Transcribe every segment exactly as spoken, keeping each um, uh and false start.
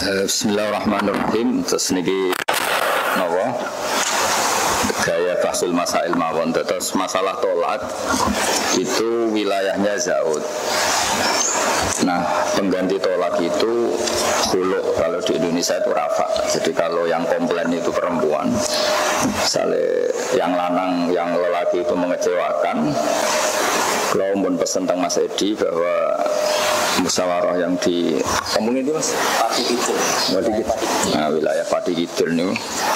Bismillahirrahmanirrahim. Terus niki napa? Gaya bahsul masail mawon. Terus masalah tolak itu wilayahnya Zaud. Nah, pengganti tolak itu khulu. Kalau di Indonesia itu rafa. Jadi kalau yang komplain itu perempuan, misalnya yang lanang, yang lelaki itu mengecewakan, kalau pun pesan tentang Mas Edi bahwa musyawarah yang di kampung itu Mas Pati Kidul, nah, wilayah Pati Kidul ini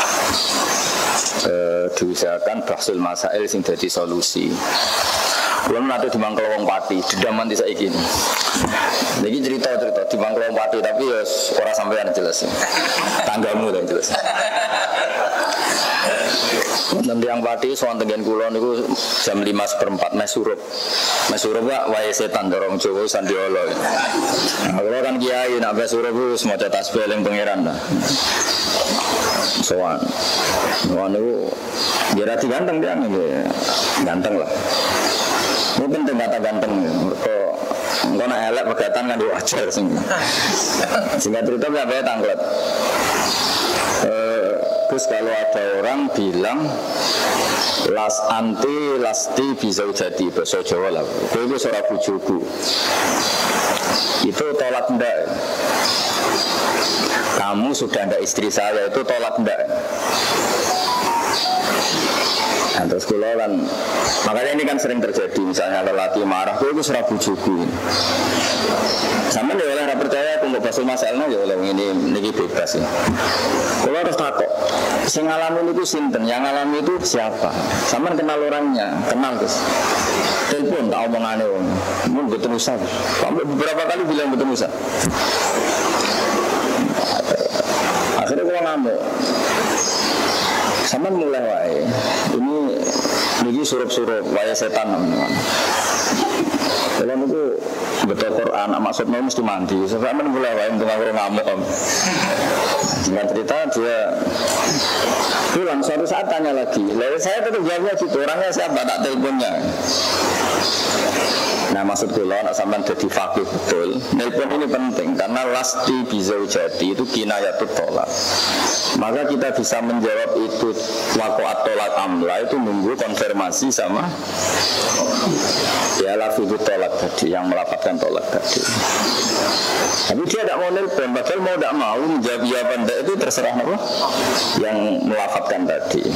eh, diusahakan bahsul masail sing dadi solusi. Kulo nate di Mangkel wong Pati, dedaman desa iki. Niki cerita-cerita di Mangkel wong Pati tapi ya ora sampean jelas. Tanggamu yang jelas. Nanti yang Pati soal tengen kulon itu jam lima seperempat mesurup mesurup gak wae setan dorong Jawa sandiolo. Nah, kalau kan kiai nak mesurup itu semua tasbih yang pangeran lah. Soal soal itu biar hati ganteng dia nih ganteng lah. Ini penting kata ganteng. Mereka enggak nak elek pegatan kan wajar sih. Singkat cerita apa ya tanglet. Terus kalau ada orang bilang las anti lasti bisa jadi bahasa Jawa lah, itu seorang bujuku itu tolak ndak. Kamu sudah ndak istri saya, itu tolak ndak. Nah, terus kalau kan makanya ini kan sering terjadi, misalnya lelaki marah, itu seorang bujuku. Sama dia oleh percaya aku mau bahas masalahnya ya oleh ini ini bebas ya. Kalau harus takut, yang ngalamin itu sinten, yang ngalamin itu siapa? Sama kenal orangnya, kenal guys. Telepon tak omongannya om, mau betul usah. Kamu beberapa kali bilang betul usah. Akhirnya gua ngamuk. Sama mulai wae. Ini ini surup-surup wae setan namanya. Kalau itu betul Quran, maksudnya mesti mandi. Sampai mulai wae untuk ngawur ngamuk om. Singkat cerita dia pulang suatu saat tanya lagi. Lalu saya tetap jawabnya gitu. Orangnya siapa tak teleponnya. Nah maksud gue lah, sampai jadi fakih betul. Nelpon ini penting karena lasti bisa jadi itu kinayatut tolak. Maka kita bisa menjawab itu wakoat tolak amla itu nunggu konfirmasi sama ya lafidut tolak tadi yang melapatkan tolak tadi. Tapi dia tidak mau nelpon, padahal mau tidak mau menjawab ya benda itu terserah apa yang melafatkan tadi.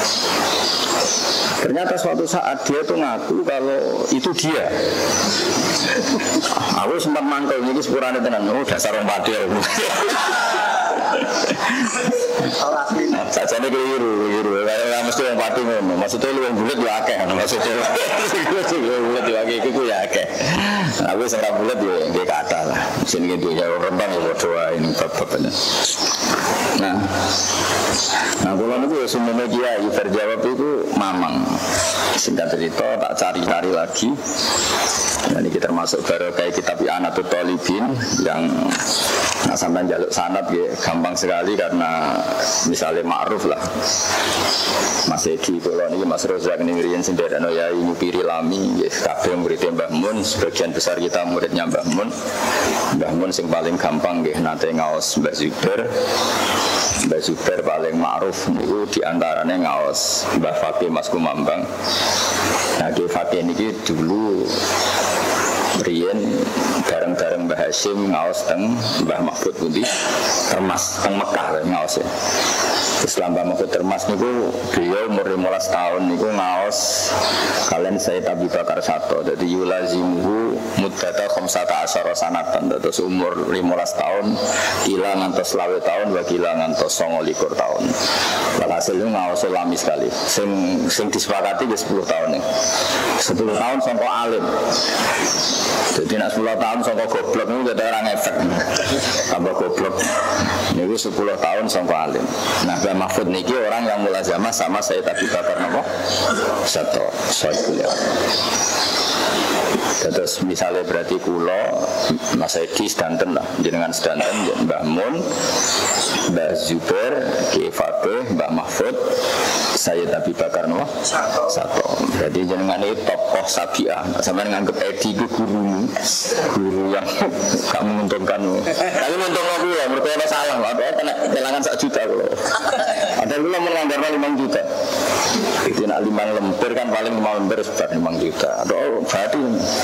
Ternyata suatu saat dia tuh ngaku kalau itu dia. Aku sempat mangkel ini sepurane tenan, oh dasar orang Pati. Saja nih keliru, keliru. Kalau mesti orang Pati ngono, maksudnya lu yang bulat ya akeh, maksudnya lu bulat ya akeh, itu ya akeh. Aku sekarang bulat ya dia kata lah, sini gitu ya orang bang ya doa ini bab-babnya. Nah, nah kalau itu semuanya dia terjawab itu mamang. Singkat cerita tak cari-cari lagi. Nah, ini kita termasuk baru kayak kitab I'anatul Talibin yang nah, sampai jaluk sanad ya gampang sekali karena misalnya ma'ruf lah. Mas Edi kalau ini Mas Rozak ini ngirian sendiri no ya ini piri lami ya kabeh muridnya Mbah Mun, sebagian besar kita muridnya Mbah Mun. Mbah Mun sing paling gampang nggih nate ngaos Mbah Zubair. Mbah Zubair paling ma'ruf niku diantaranya ngaos Mbah Fakih Mas Kumambang. Nah Ki Fakih niki dulu riyen bareng-bareng Mbah Hasyim ngaos teng Mbah Mahfud pundi Termas teng Mekah ngaos ya. Islam Mbah Mahfud Termas niku beliau umur lima belas tahun niku ngaos kalian Sayyid Abu Bakar Sato. Jadi yulazimuhu muddata khamsata asyara sanatan. Terus umur lima belas tahun kila ngantos selawe tahun wa kila ngantos songo likur tahun. Walhasil itu ngaos lami sekali. Sing sing disepakati ke sepuluh tahun nih. sepuluh tahun sampai alim. Jadi nak sepuluh tahun sampai goblok itu ada orang efek. Tambah goblok. Ini sepuluh tahun sampai alim. Nah, Mbah Mahfud niki orang yang mulazamah sama Sayyid Abu Bakar napa? Sato, Sayyid. Terus misalnya berarti kulo Mas Edi sedanten lah, jenengan sedanten Mbah Mun, Mbah Zubair, Ki Fakih, Mbah Mahfud Sayyid Abi Bakar no? Sato. Jadi jenengan itu tokoh Sabiah. Sampai nganggep Edi itu gurumu, guru yang gak menguntungkan. Tapi menguntungkan aku lah, mereka ada salah lah. Ada kena kehilangan satu juta loh. Ada dulu melanggar lima juta. Itu nak lima lembar kan paling lima lembar sekitar lima juta. Ada berarti.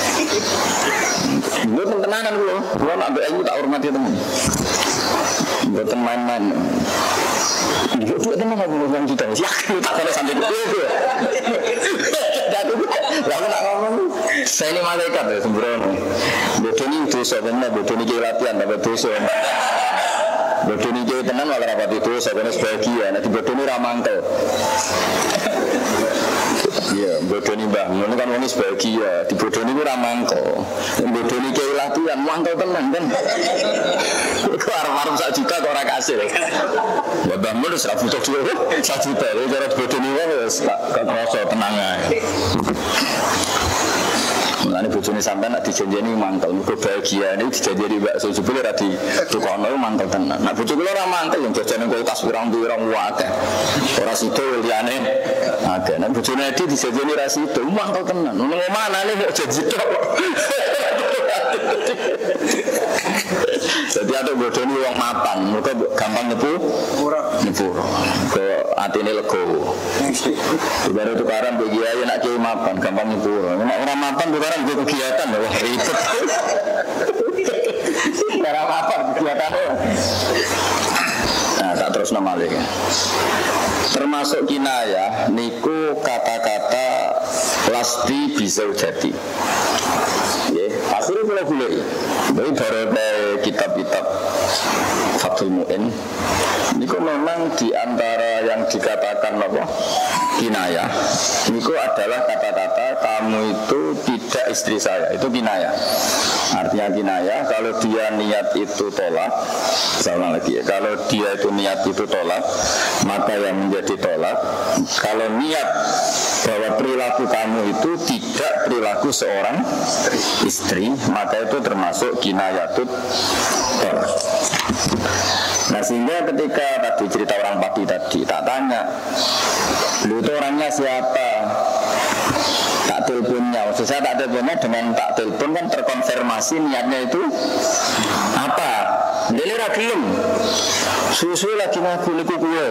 Gue tenanan loh. Gue nak ambil tak hormati teman. Gue main-main. Gue buat teman aku lima juta. Yakin tak ada sampai itu. Lalu nak ngomong, saya ini malaikat ya sembrono. Bodoh ini dosa benar, bodoh ini latihan, tapi dosa. Bodoh ini tenan malah rapat itu, saya sebagian. Nanti bodoh ini ramangkel. Iya, bodoh ini mbah, ini kan ini sebagian. Di bodoh ini ramangkel. Bodoh ini latihan, mangkel tenan kan. Kau arm-arm satu juta kau orang kasih. Ya bang, lu sudah butuh dua, satu juta. Jadi cara bodoh ini kan tak kerasa tenang aja. Mulane bojone sampean nek dijanjeni mantel, mergo bahagia ini dijanjeni bakso jebule ra di tukono mantel tenan. Nek bojo kula ora mantel, jajane kulkas pirang-pirang akeh. Ora sida liyane akeh. Nek bojone Edi dijanjeni ra sida, mantel tenan. Ngono manane kok janji tok. Jadi ada bodoh ini uang mapan, mereka gampang nyepu, nyepu, ke atine lego. Ibarat tukaran bagi aja nak kiai mapan, gampang nyepu. Nak orang mapan tukaran gue kegiatan, wah ribet. Cara mapan kegiatan. Nah, tak terus nama lagi. Termasuk kinayah, niku kata-kata lasti bisa jadi. Ya, akhirnya kalau boleh. Jadi dari kitab-kitab Fathul Mu'in ini kok memang diantara yang dikatakan apa kinayah ini kok adalah kata-kata kamu itu tidak istri saya, itu kinayah. Artinya kinayah kalau dia niat itu tolak, sama lagi ya, kalau dia itu niat itu tolak maka yang menjadi tolak. Kalau niat bahwa perilaku kamu itu tidak perilaku seorang istri, maka itu termasuk kinayatut tolak. Nah sehingga ketika tadi cerita orang Pati tadi tak tanya, lu itu orangnya siapa? Tak teleponnya, maksud saya tak teleponnya dengan tak telepon kan terkonfirmasi niatnya itu apa? Jadi ragilum susu lagi ngaku liku kue.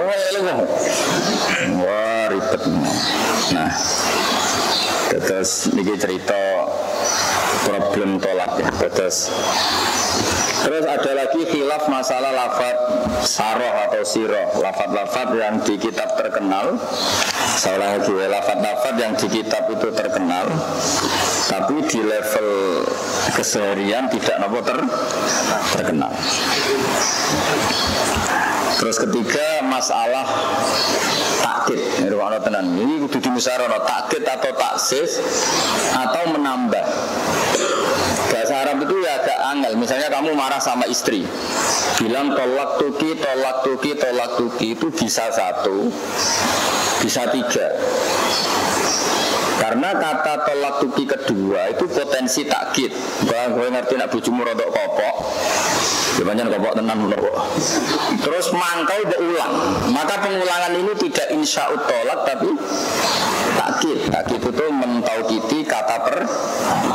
Wah ribet. Nah terus ini cerita problem tolak ya. Terus Terus ada lagi khilaf masalah lafaz saroh atau siroh, lafaz-lafaz yang di kitab terkenal. Saya lagi lafaz-lafaz yang di kitab itu terkenal, tapi di level keseharian tidak nopo ter terkenal. Terus ketiga masalah takkid, ini kudu dimusyawarah takkid atau taksis atau menambah. Bahasa Arab itu ya agak angel. Misalnya kamu marah sama istri, bilang tolak tuki, tolak tuki, tolak tuki, itu bisa satu, bisa tiga. Karena kata tolak tuki kedua itu potensi takkid. Kalau gue ngerti nak bojomu rodok kopok, jawabannya kopok tenan kok. Terus mangkau diulang, maka pengulangan ini tidak insya'ut tolak tapi takkid. Takkid itu mentaukiti kata pertama.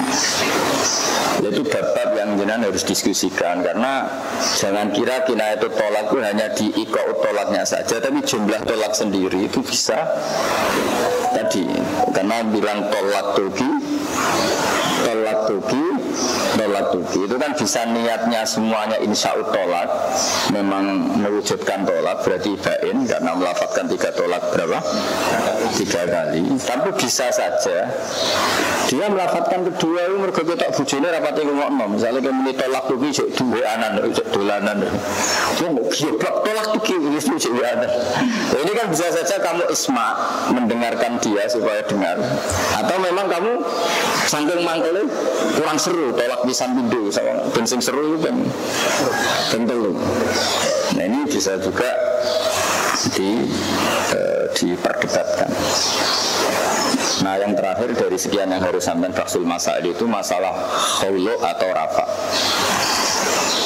Itu bab-bab yang jenengan harus diskusikan, karena jangan kira kinayah itu tolak itu hanya di iqa'ut tolaknya saja, tapi jumlah tolak sendiri itu bisa tadi, karena bilang tolak tuki, tolak tuki, tolak tuki itu kan bisa niatnya semuanya insya'ut tolak, memang mewujudkan tolak berarti bain karena melafazkan tiga tolak berapa? Tiga kali. Tapi bisa saja dia melafazkan kedua itu mergo ketok bojone rapati ngomongno. Misalnya kayak muni tolak tuki sik duwe anan, sik dolanan. Wong goblok tolak tuki wis sik duwe anan. Ini kan bisa saja kamu isma mendengarkan dia supaya dengar, atau memang kamu saking mangkele kurang seru tolak pisan pindho sama ben sing seru itu ben tentu. Nah ini bisa juga di eh, diperdebatkan. Nah yang terakhir dari sekian yang harus sampai Baksul Masail itu masalah khulu atau rafa.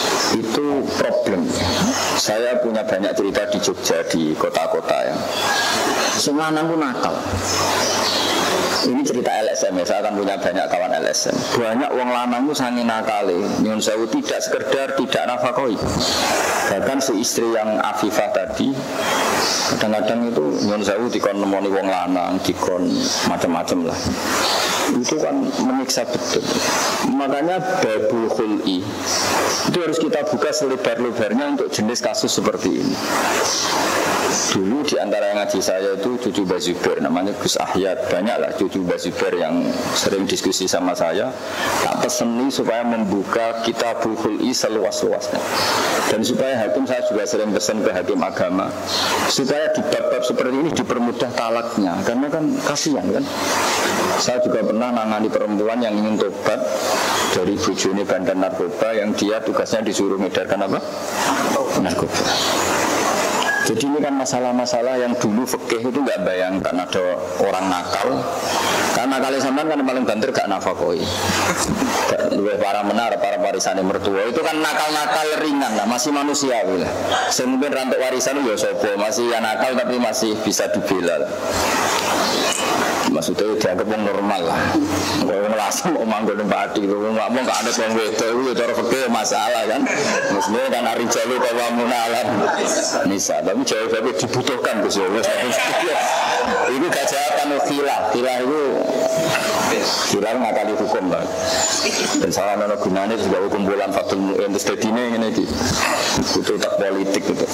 Itu problem. Saya punya banyak cerita di Jogja, di kota-kota ya. Semua anakku nakal. Ini cerita L S M ya, saya akan punya banyak kawan L S M. Banyak wong lanang itu sange nakale, nyun sewu tidak sekedar tidak nafakoi. Bahkan si istri yang Afifah tadi, kadang-kadang itu nyun sewu dikon nemoni wong lanang, dikon macam-macam lah. Itu kan menyiksa betul. Makanya babul khul'i itu harus kita buka selebar-lebarnya untuk jenis kasus seperti ini. Dulu di antara yang ngaji saya itu cucu Mbah Zubair, namanya Gus Ahyad. Banyaklah cucu Mbah Zubair yang sering diskusi sama saya. Tak peseni supaya membuka kitabul khul'i seluas-luasnya. Dan supaya hakim, saya juga sering pesan ke hakim agama, supaya di bab-bab seperti ini dipermudah talaknya. Karena kan kasihan kan. Saya juga pernah nangani perempuan yang ingin tobat dari bojone bandar narkoba, yang dia tugasnya disuruh ngedarkan apa? Narkoba. Jadi ini kan masalah-masalah yang dulu fikih itu nggak bayangkan ada orang nakal. Karena kali sampean kan paling banter gak nafakoi. Luwih para menar, para warisane mertua itu kan nakal-nakal ringan lah, masih manusiawi lah. Mungkin rantuk warisan ya sapa, masih ya nakal tapi masih bisa dibela lah. Maksudnya dianggap yang normal lah. Kalau ngelasem mau manggon padi, kalau nggak mau nggak ada yang wedok itu cara fikih masalah kan. Maksudnya kan hari jalu kalau munalan nisa, tapi jawab-jawab dibutuhkan Gus ya. Ini gak jawaban khilaf, khilaf itu khilaf ngakali hukum lah. Dan salah nono gunanya juga hukum bulan fatul mu'in terus dedine ini gitu. Butuh tak politik gitu.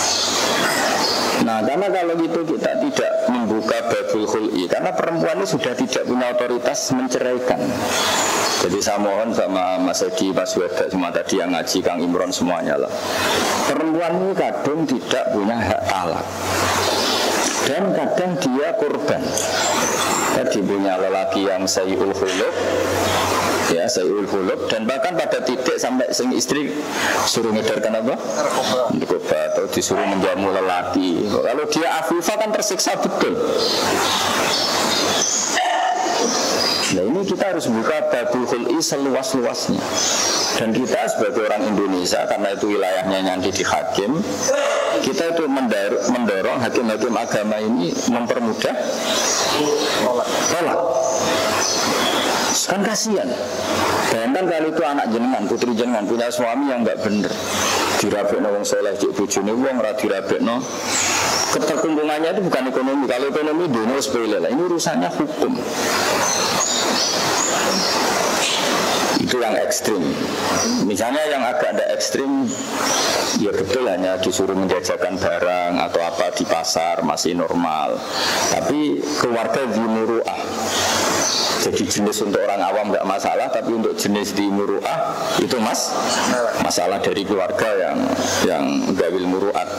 Nah, karena kalau gitu kita tidak membuka babul khul'i, karena perempuan itu sudah tidak punya otoritas menceraikan. Jadi saya mohon sama Mas Edi, Mas Weda, semua tadi yang ngaji, Kang Imron semuanya lah. Perempuan ini kadang tidak punya hak talak. Dan kadang dia korban. Tadi punya lelaki yang sayyul khuluq, ya sayyul khuluq, dan bahkan pada titik sampai sing istri suruh ngedarkan apa? Narkoba, atau disuruh menjamu lelaki. Kalau dia Afifah kan tersiksa betul. Nah ini kita harus buka babul khul'i seluas-luasnya. Dan kita sebagai orang Indonesia, karena itu wilayahnya nanti di hakim, kita itu mendorong, mendorong hakim-hakim agama ini mempermudah tolak. Kan kasihan. Bayangkan kalau itu anak jenengan, putri jenengan punya suami yang enggak bener, dirabekno wong saleh, cek bojone wong ora dirabekno. Keterkungkungannya itu bukan ekonomi. Kalau ekonomi dunia sepele lah. Ini urusannya hukum. Itu yang ekstrim. Misalnya yang agak ada ekstrim, ya betul hanya disuruh menjajakan barang atau apa di pasar masih normal. Tapi keluarga dimuru'ah. Jadi jenis untuk orang awam nggak masalah, tapi untuk jenis di muru'ah itu mas masalah dari keluarga yang yang gawil muru'at.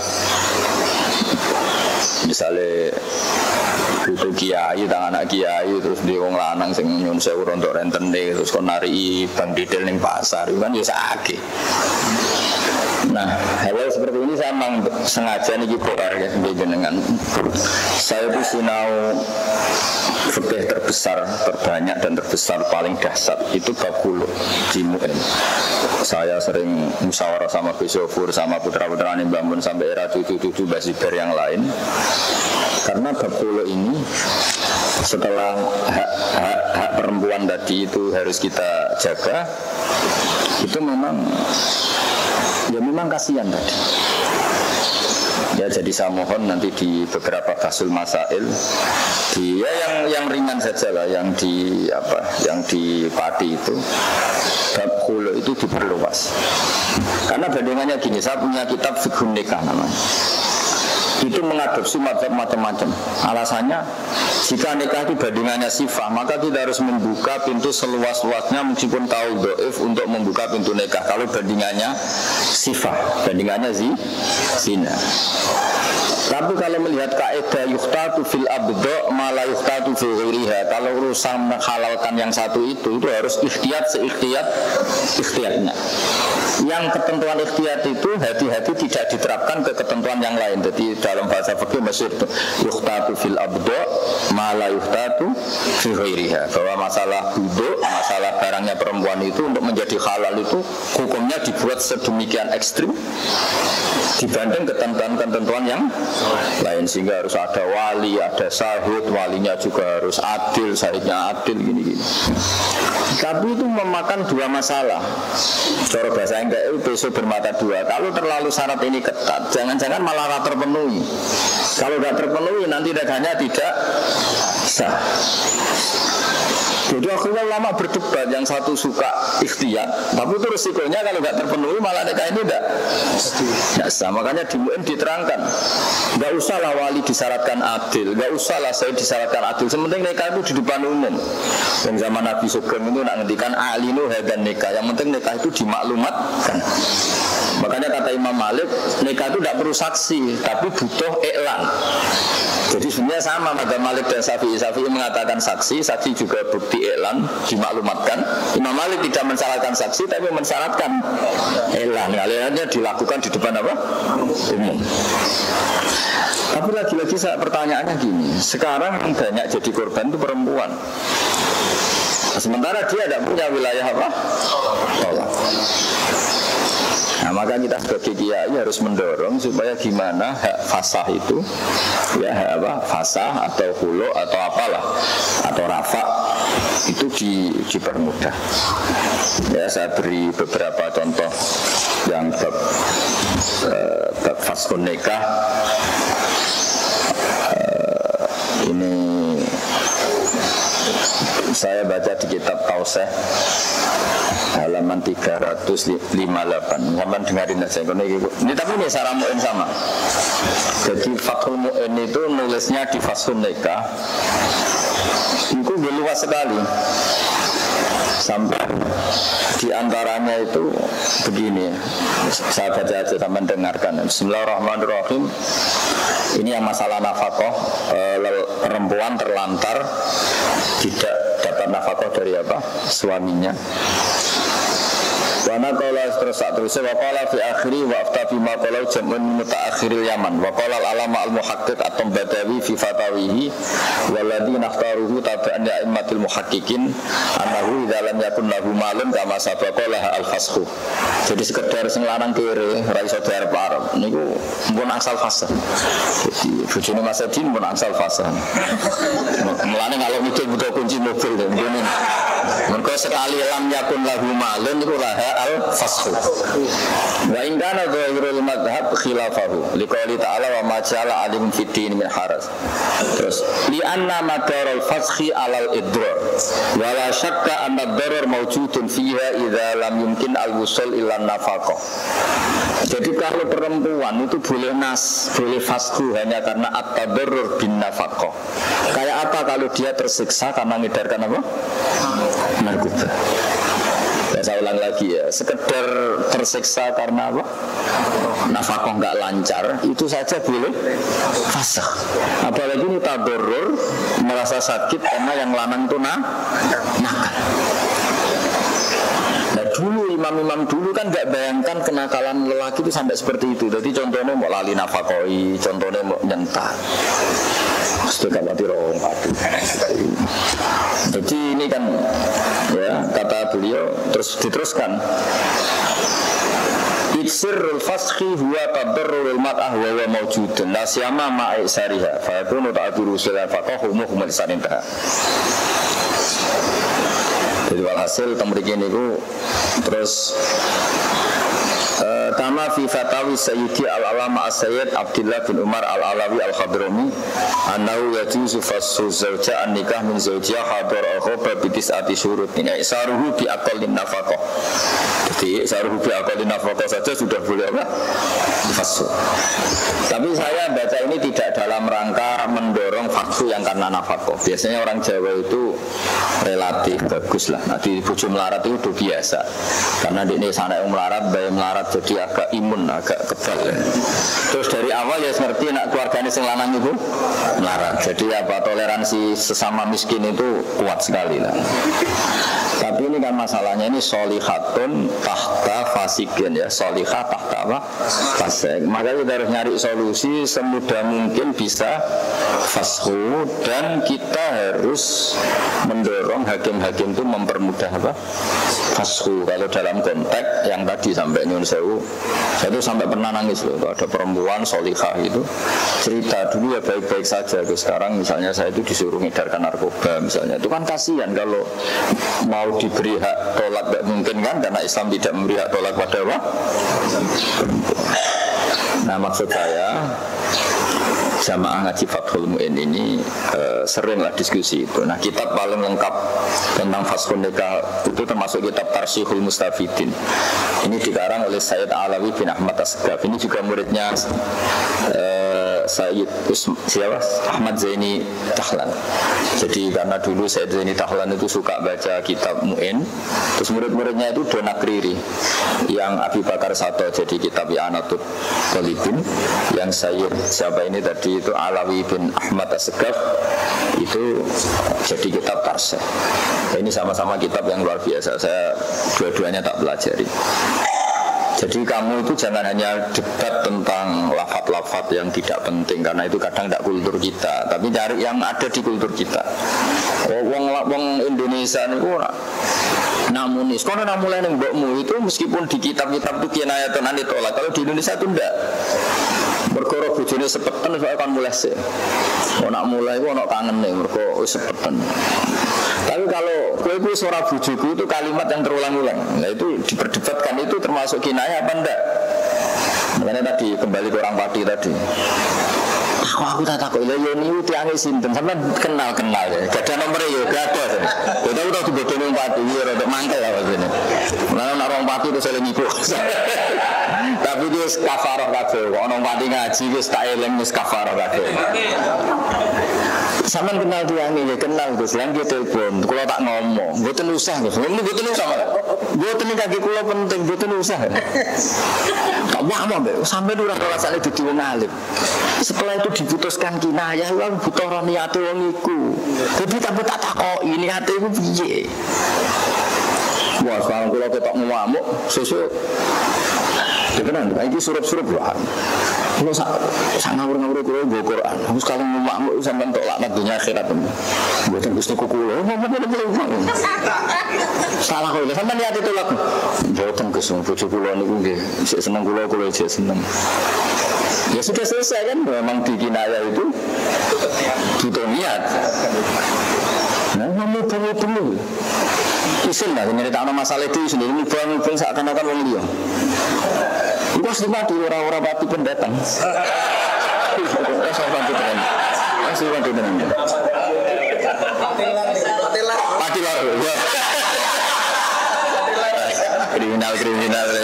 Misalnya butuh kiai, tangan anak kiai, terus dia wong lanang sing nyun sewu untuk rentene, terus kon nari bang didel ning pasar, itu kan ya sakit. Nah, hal seperti ini saya memang sengaja nih gitu ya, jenengan. Saya itu sinau fikih terbesar, terbanyak dan terbesar paling dahsyat itu bab khulu di Mu'in. Saya sering musyawarah sama Besofur, sama putra-putra Mbah Mun sampai era cucu-cucu Mbah Zubair yang lain. Karena bab khulu ini setelah hak, hak, hak perempuan tadi itu harus kita jaga, itu memang ya memang kasihan tadi. Ya jadi saya mohon nanti di beberapa basul masail di ya yang yang ringan saja lah, yang di apa yang di pati itu bab khulu itu diperluas. Karena bandingannya gini, saya punya kitab fiqhun nikah namanya. Itu mengadopsi mazhab macam-macam. Alasannya jika nikah itu bandingannya sifah, maka kita harus membuka pintu seluas-luasnya meskipun tahu dhaif untuk membuka pintu nikah. Kalau bandingannya sifah, bandingannya zi, zina. Tapi kalau melihat kaidah yuhtatu fil abdo malah yuhtatu fil ghiriha, kalau urusan menghalalkan yang satu itu itu harus ikhtiyat seikhtiat ikhtiyatnya. Yang ketentuan ikhtiyat itu hati-hati tidak diterapkan ke ketentuan yang lain. Jadi dalam bahasa fikih masyhur yuhtatu fil abdo malah yuhtatu fil ghiriha, bahwa masalah buduk, masalah barangnya perempuan itu untuk menjadi halal itu hukumnya dibuat sedemikian ekstrim dibanding ketentuan-ketentuan yang lain, sehingga harus ada wali, ada sahid, walinya juga harus adil, sahidnya adil, gini-gini. Tapi itu memakan dua masalah. Cara bahasa enggak itu besok bermata dua. Kalau terlalu syarat ini ketat, jangan-jangan malah terpenuhi. Kalau tidak terpenuhi nanti dagangnya tidak sah. Jadi akhirnya ulama berdebat, yang satu suka ikhtiyat, tapi itu resikonya kalau nggak terpenuhi malah nikah ini tidak nggak sah. Makanya di M U I diterangkan, nggak usahlah wali disyaratkan adil, nggak usahlah saya disyaratkan adil. Sementing nikah itu di depan umum. Yang zaman Nabi Sugeng itu nak ngendikan alinu hadan nikah. Yang penting nikah itu dimaklumatkan. Makanya kata Imam Malik, nikah itu tidak perlu saksi, tapi butuh iklan. Jadi sebenarnya sama, Madzhab Malik dan Syafi'i. Syafi'i mengatakan saksi, saksi juga bukti iklan, dimaklumatkan. Imam Malik tidak mensyaratkan saksi, tapi mensyaratkan iklan. Kaliannya dilakukan di depan apa? Umum. Tapi lagi-lagi saya pertanyaannya gini, sekarang yang banyak jadi korban itu perempuan. Sementara dia tidak punya wilayah apa? Tolak. Nah, maka kita sebagai kiai harus mendorong supaya gimana hak fasah itu, ya hak apa, fasah atau hulu atau apalah, atau rafa itu di, dipermudah. Ya, saya beri beberapa contoh yang bab, eh, bab faskun nikah. Eh, ini saya baca di kitab Tauseh halaman tiga ratus lima puluh delapan. Sampai dengarin aja ini, tapi ini Sarah Mu'in sama. Jadi Fathul Mu'in itu nulisnya di Fathul Nikah itu luas sekali. Sampai di antaranya itu begini, saya baca aja sampai dengarkan. Bismillahirrahmanirrahim. Ini yang masalah nafkah, e, perempuan terlantar tidak dapat nafkah dari apa? Suaminya. Wana qala terus terusnya wa qala fi akhiri wa afta fi ma qala jam'un mutaakhiril Yaman wa qala al-alama al-muhaqqiq at-Tambadawi fi fatawihi walladzi nakhtaruhu tab'an a'immatil muhaqqiqin annahu idza lam yakun lahu malun kama sabaqa laha al-fasxu. Jadi sekedar sing lanang kere ra iso diarep arep niku mun asal fasah. Jadi bojone Mas Edi mun asal fasah. Mulane kalau itu butuh kunci mobil ngene. Mergo sekali lam yakun lahu malun niku laha al-fasxu. Wa in kana ghairul madhhab khilafahu liqouli ta'ala wa ma ja'ala alim fid din min haras. Terus li anna madarul fasxi alal idrar wa la syakka anna ad-darar mawjudun fiha idza lam yumkin al-wusul ila nafaqah. Jadi kalau perempuan itu boleh nas, boleh fasxu hanya karena at-tadarrur bin nafaqah. Kayak apa kalau dia tersiksa karena ngedarkan apa? Narkoba. Ya, saya ulang lagi ya, sekedar tersiksa karena apa? Nafkah nggak lancar, itu saja boleh fasakh. Apalagi ini tadarrur, merasa sakit karena yang lanang itu nah, nakal. Nah dulu imam-imam dulu kan nggak bayangkan kenakalan lelaki itu sampai seperti itu. Jadi contohnya mau lali nafkoi, contohnya mau nyentak. Sudah mati roh padu. Jadi ini kan ya kata beliau terus diteruskan. Iksirul fasxi huwa tadarrurul mar'ah wa huwa mawjudun la siyama ma'i sariha fa yakunu ta'duru sulal faqahu muhmal saninta. Jadi walhasil temriki niku terus kama fi fatawi Sayyidi al-Alama as-Sayyid Abdullah bin Umar al-Alawi al-Khadrami annahu yajuzu fassu zawja an-nikah min zawjiha hadar al-khoba bi tis'ati syurutin isaruhu bi aqallin nafaqah. Jadi isaruhu bi aqallin nafaqah saja sudah boleh apa? Fassu. Tapi saya baca ini tidak dalam rangka mendorong fassu yang karena nafaqah. Biasanya orang Jawa itu relatif bagus lah. Nah di bojo melarat itu udah biasa. Karena di ini sana yang melarat, bayi melarat jadi agak imun, agak kebal ya. Terus dari awal ya ngerti nak keluarganya sing lanang itu melarat. Jadi apa toleransi sesama miskin itu kuat sekali lah. Tapi ini kan masalahnya ini solihatun tahta fasikin ya, solihat tahta apa? Fasik. Maka kita harus nyari solusi semudah mungkin bisa fashu, dan kita harus mendorong hakim-hakim itu mempermudah apa? Fashu. Kalau dalam konteks yang tadi sampai nyun sewu, saya itu sampai pernah nangis loh. Kalau ada perempuan solihah itu cerita dulu ya baik-baik saja. Terus sekarang misalnya saya itu disuruh ngedarkan narkoba misalnya, itu kan kasihan kalau mau diberi hak tolak tidak mungkin kan, karena Islam tidak memberi hak tolak pada apa? Nah maksud saya jamaah ngaji Fathul Mu'in ini uh, seringlah diskusi itu. Nah kitab paling lengkap tentang Fashun Nikah itu termasuk kitab Tarsyihul Mustafidin. Ini dikarang oleh Sayyid Alawi bin Ahmad As-Segaf. Ini juga muridnya uh, Sayyid Usm, siapa? Ahmad Zaini Dahlan. Jadi karena dulu Sayyid Zaini Dahlan itu suka baca kitab Mu'in, terus murid-muridnya itu Donakriri, yang Abi Bakar Sato jadi kitab I'anatul Talibin, yang Sayyid siapa ini tadi itu Alawi bin Ahmad As-Segaf itu jadi kitab Tarsyih. Ini sama-sama kitab yang luar biasa. Saya dua-duanya tak pelajari. Jadi kamu itu jangan hanya debat tentang lafaz-lafaz yang tidak penting, karena itu kadang tidak kultur kita. Tapi cari yang ada di kultur kita. Wong wong Indonesia itu namunis. Kalau namulai yang mbokmu itu meskipun di kitab-kitab itu kinayatun an ditolak. Kalau di Indonesia itu tidak. Berkorok bujune sepetan soalnya kan mulai sih. Mau nak mulai itu nak kangen nih berkorok sepetan. Tapi kalau kue itu suara bujuku itu kalimat yang terulang-ulang. Nah itu diperdebatkan, itu termasuk kinayah apa enggak? Makanya tadi kembali ke orang Pati tadi. Aku aku tak takut ya ini tiangnya sinten sampai kenal kenal ya. Gak ada nomornya ya gak ada. Kita udah dibodohin orang Pati ya untuk mangkel lah begini. Lalu orang Pati itu saling ikut. Tapi dia kafarah kabeh. Orang Pati ngaji dia tak eleng dia kafarah kabeh. Sama kenal tiangnya ya kenal Gus. Yang dia telepon. Kalau tak ngomong, bukan usah Gus. Ngomong bukan usah malah. Bukan kaki kulo penting, bukan usah. Tak mau mbak. Sampai dulu orang alasannya di wong alim. Setelah itu diputuskan kinayah, orang butuh orang niat wong iku. Tapi tapi tak takok ini hati iku piye. Wah, sekarang kalau ketok ngamuk, susu. Dekenan, ini surup-surup doang. Kalau sak ngawur-ngawur kulo nggo Quran, aku sekali ngamuk sampean tok laknat dunia akhirat. Mboten Gusti kulo, ngomong-ngomong. Salah kok, sampean niat itu laku. Mboten Gus, bojo kulo niku nggih sik seneng kulo kulo sik seneng. Ya sudah selesai kan, memang di kinayah itu butuh niat. Nah, ngomong penuh-penuh. Isin lah, nyeritakno masalah itu sendiri mubang-mubang seakan-akan wong liya. Iku wis mati ora-ora pati pendatang. Wis pati tenan. Wis pati tenan. Pati lah. Pati lah. Kriminal-kriminal.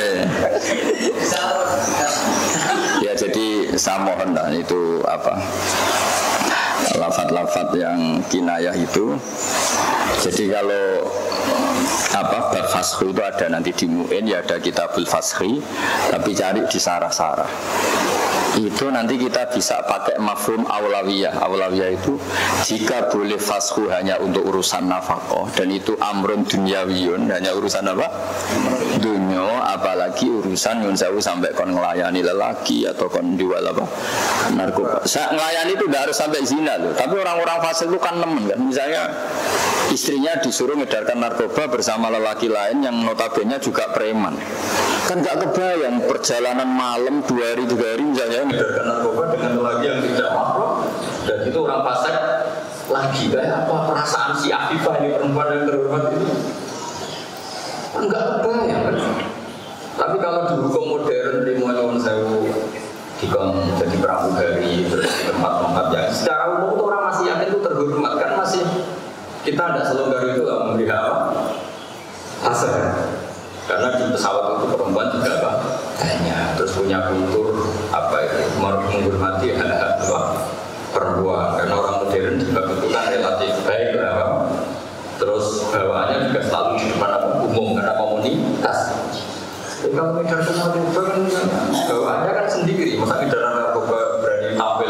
Ya jadi saya mohon lah itu apa lafaz-lafaz yang kinayah itu. Jadi kalau apa bab fashu itu ada nanti di Mu'in ya, ada kitabul fashi, tapi cari di sarah-sarah itu nanti kita bisa pakai mafhum awlawiyah. Awlawiyah itu jika boleh fashu hanya untuk urusan nafkah dan itu amrun dunyawiyun, hanya urusan apa? Dunya, apalagi urusan yang jauh sampai kon ngelayani lelaki atau kon jual apa? Narkoba. Saya ngelayani itu tidak harus sampai zina loh. Tapi orang-orang fasik itu kan nemen kan. Misalnya istrinya disuruh ngedarkan narkoba bersama lelaki lain yang notabene juga preman. Kan gak kebayang perjalanan malam dua hari tiga hari misalnya ngedarkan narkoba dengan lelaki yang tidak mahram, dan itu orang fasik lagi kayak apa perasaan si Afifah ini perempuan yang terhormat itu enggak kebayang kan. Tapi kalau di hukum modern di Mu'in Sewu dikon jadi pramugari terus di tempat-tempat yang secara umum itu orang masih yakin itu terhormat kan, masih kita tidak selonggar itu lah memberi hak asal. Karena di pesawat itu perempuan juga apa banyak, terus punya kultur apa itu menghormati hak-hak perempuan. Karena orang modern juga itu kan relatif baik lah. Terus bawaannya juga selalu di depan umum karena komunitas. Jadi kalau misalnya narkoba kan bawaannya kan sendiri, masa misalnya narkoba berani tampil.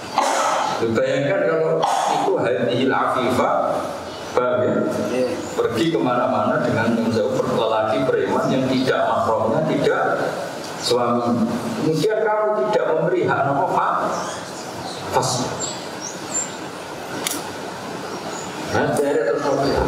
Bayangkan kalau itu hadhil afifah, paham ya? Pergi pergi kemana-mana dengan menjauh lelaki preman yang tidak mahramnya, tidak suami. Kemudian kamu tidak memberi hak apa pas. Nah, saya terus ya.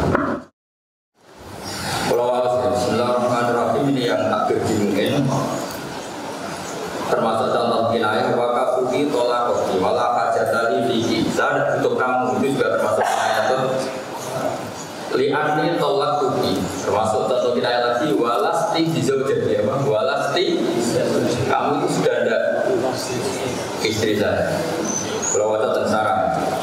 Kalau Bismillahirrahmanirrahim ini yang agak dimungkin termasuk contoh kinayah wakafuki tolak kopi wala hajatali fihi. Saya butuh kamu itu juga termasuk kinayah itu li'ani tolak kopi termasuk contoh kinayah lagi walasti dizaujati apa walasti kamu itu sudah ada istri saya. Kalau wajah tensara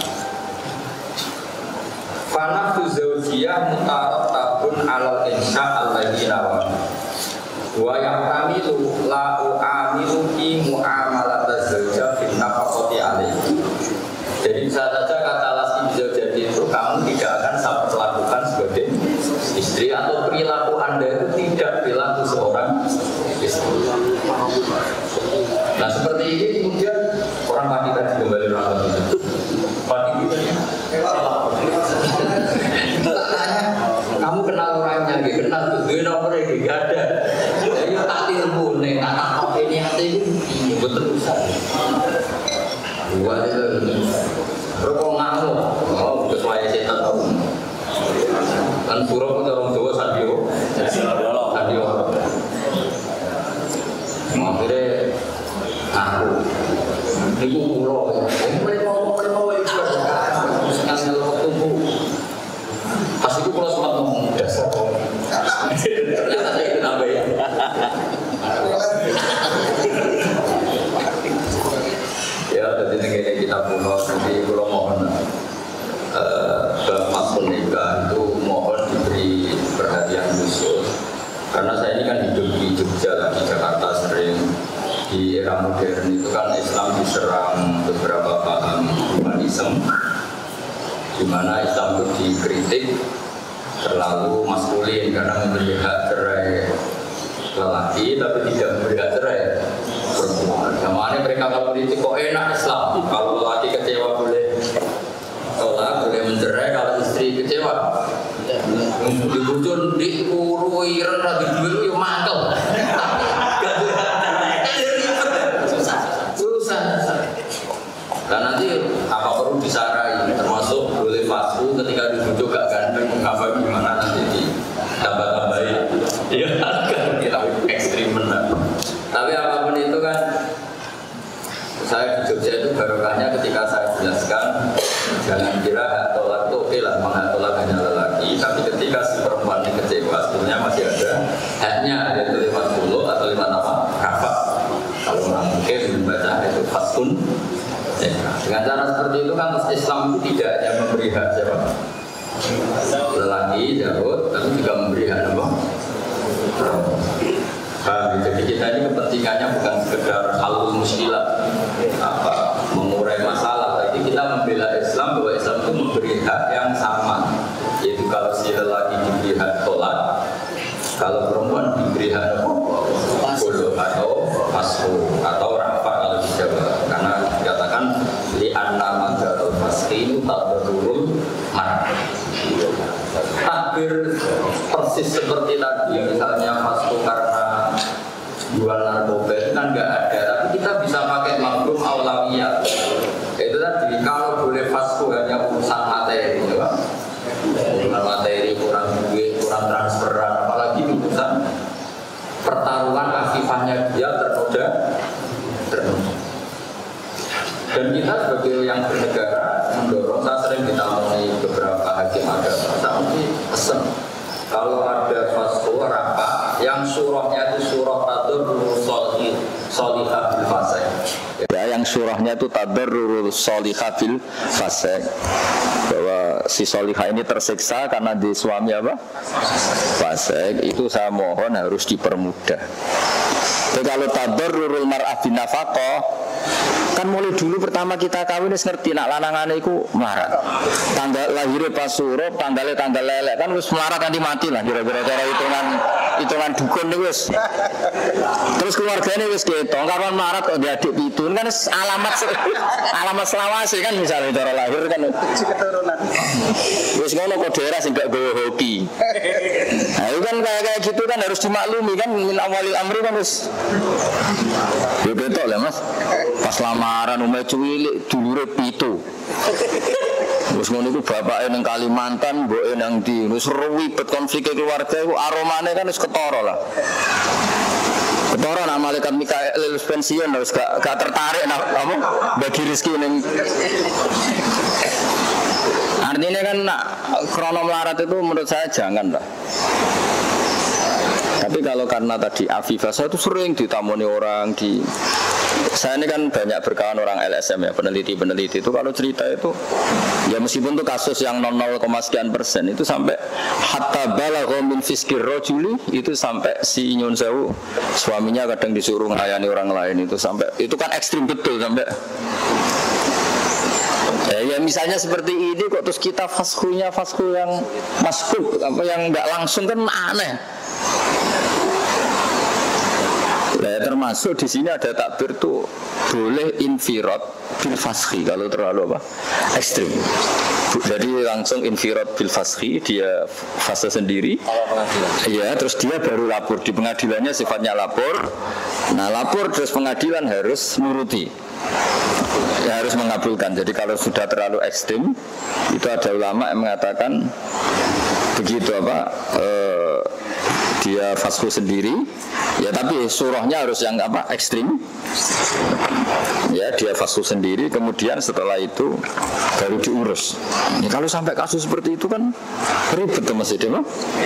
fanafsu zaujiyah mutarattabun alal insya allazi nawa wa yaqtamilu la u'amilu fi mu'amalat zauja bin nafaqati alaihi. Jadi bisa saja kata lasti zaujati itu kamu tidak akan saya perlakukan sebagai istri atau perilaku Anda itu tidak perilaku seorang istri. Nah seperti ini kemudian orang mati tadi kembali melakukan itu. Mati kita kamu kenal orangnya, gak kenal tuh, gue nomornya gak ada. Jadi tak ilmu nih, tak tak ini hati ini betul usah. Buat itu, berkong ngamuk, oh kesuai setan tahu. Kan surau pun orang Jawa sadio, sadio. Akhirnya aku, ibu pulau, mereka mau mereka mau itu sekarang kalau waktu pas itu kalau sempat ngomong dasar ternyata saya itu nambah ya. Ya jadi negara kita pulau jadi kalau mohon Bapak Punika itu mohon diberi perhatian khusus karena saya ini kan hidup di Jogja di Jakarta sering di era modern itu kan Islam diserang beberapa paham humanisme di mana Islam itu dikritik terlalu maskulin karena memberi hak cerai lelaki tapi tidak memberi hak cerai perempuan. Namanya mereka kalau politik kok enak Islam kalau lelaki kecewa boleh tolak, boleh mencerai, kalau istri kecewa dibujur, dikurui, rendah, dijual, ya mangkel susah dan nanti apa perlu disarai termasuk boleh fasku ketika dibujuk gak ganteng apa gimana nanti di tambah-tambahin ya kan kita ekstrim benar tapi apapun itu kan saya di Jogja itu barokahnya ketika saya jelaskan jangan kira hak tolak itu oke lah menghak tolak hanya lelaki tapi ketika si perempuan ini kecewa sebetulnya masih ada haknya yaitu lewat bulu atau lewat apa rafa kalau orang mungkin membaca itu fasun. Ya, dengan cara seperti itu kan Islam itu tidak hanya memberi hak siapa lelaki, jauh, tapi juga memberi hak apa? Nah, jadi kita ini kepentingannya bukan sekedar halul muskilah, apa mengurai masalah, tapi kita membela Islam bahwa Islam itu memberi hak yang sama, yaitu kalau si lelaki diberi hak tolak, kalau perempuan diberi hak bulu atau masuk atau rafa kalau di Jawa, karena dikatakan li anna majarul fasqi tadarrul mar. Takbir persis seperti tadi, misalnya fasku karena jual narkoba itu kan nggak ada, tapi kita bisa pakai mafhum aulawiyah. Itu tadi kalau boleh fasku hanya urusan materi, ya Pak. Urusan materi kurang duit, kurang transferan, apalagi urusan pertaruhan akifahnya dia ternoda ternoda. Dan kita sebagai yang bernegara mendorong, saya sering ditamoni beberapa hakim agama, saya mesti pesen kalau ada fasku rapat yang surahnya itu surah tadarrur solihah bil fasek ya, yang surahnya itu tadarrur solihah bil fasek, bahwa si solihah ini tersiksa karena di suami apa? Fasek, itu saya mohon harus dipermudah. Jadi kalau tadarrurul mar'ah bin nafaqah kan mulai dulu pertama kita kawin wis ngerti nak lanangane iku melarat. Tanggal lahirnya pas surup, tanggalnya tanggal lelek kan wis melarat nanti mati lah kira-kira cara hitungan hitungan dukun niku wis. Terus keluargane wis ketok kapan melarat kok dia adik pitu kan alamat alamat selawase kan misalnya cara lahir kan. Wis ngono kok daerah sing gak gowo hoki. Nah, itu kan kayak kayak gitu kan harus dimaklumi kan min awalil amri kan wis. Yo ketok lah Mas. Pas lamaran umeh cuwilik dulure pitu. Wis ngono iku bapake ning Kalimantan, mboke nang ndi. Wis ruwibet konflik keluarga iku aromane kan wis ketara lah. Ketara nak malaikat Mikael lulus pensiun wis gak, gak tertarik nak apa bagi rezeki ning. Artinya kan nak krono melarat itu menurut saya jangan lah. Tapi kalau karena tadi Afifah saya itu sering ditamoni orang di saya ini kan banyak berkawan orang L S M ya, peneliti-peneliti itu kalau cerita itu ya meskipun itu kasus yang nol koma sekian persen itu sampai hatta balagha min fiskir rajuli itu sampai si nyun sewu suaminya kadang disuruh melayani orang lain itu sampai itu kan ekstrim betul sampai ya, ya misalnya seperti ini kok terus kita faskunya fasku yang maskuk apa yang nggak langsung kan aneh. Nah, termasuk di sini ada takbir tuh boleh infirad bil fashi kalau terlalu apa ekstrim. Jadi langsung infirad bil fashi dia fase sendiri. Ya terus dia baru lapor di pengadilannya sifatnya lapor. Nah lapor terus pengadilan harus nuruti. Ya, harus mengabulkan. Jadi kalau sudah terlalu ekstrim itu ada ulama yang mengatakan begitu apa eh, dia fasku sendiri ya tapi surahnya harus yang apa ekstrim ya dia fasku sendiri kemudian setelah itu baru diurus ya, kalau sampai kasus seperti itu kan ribet tuh Mas Idem.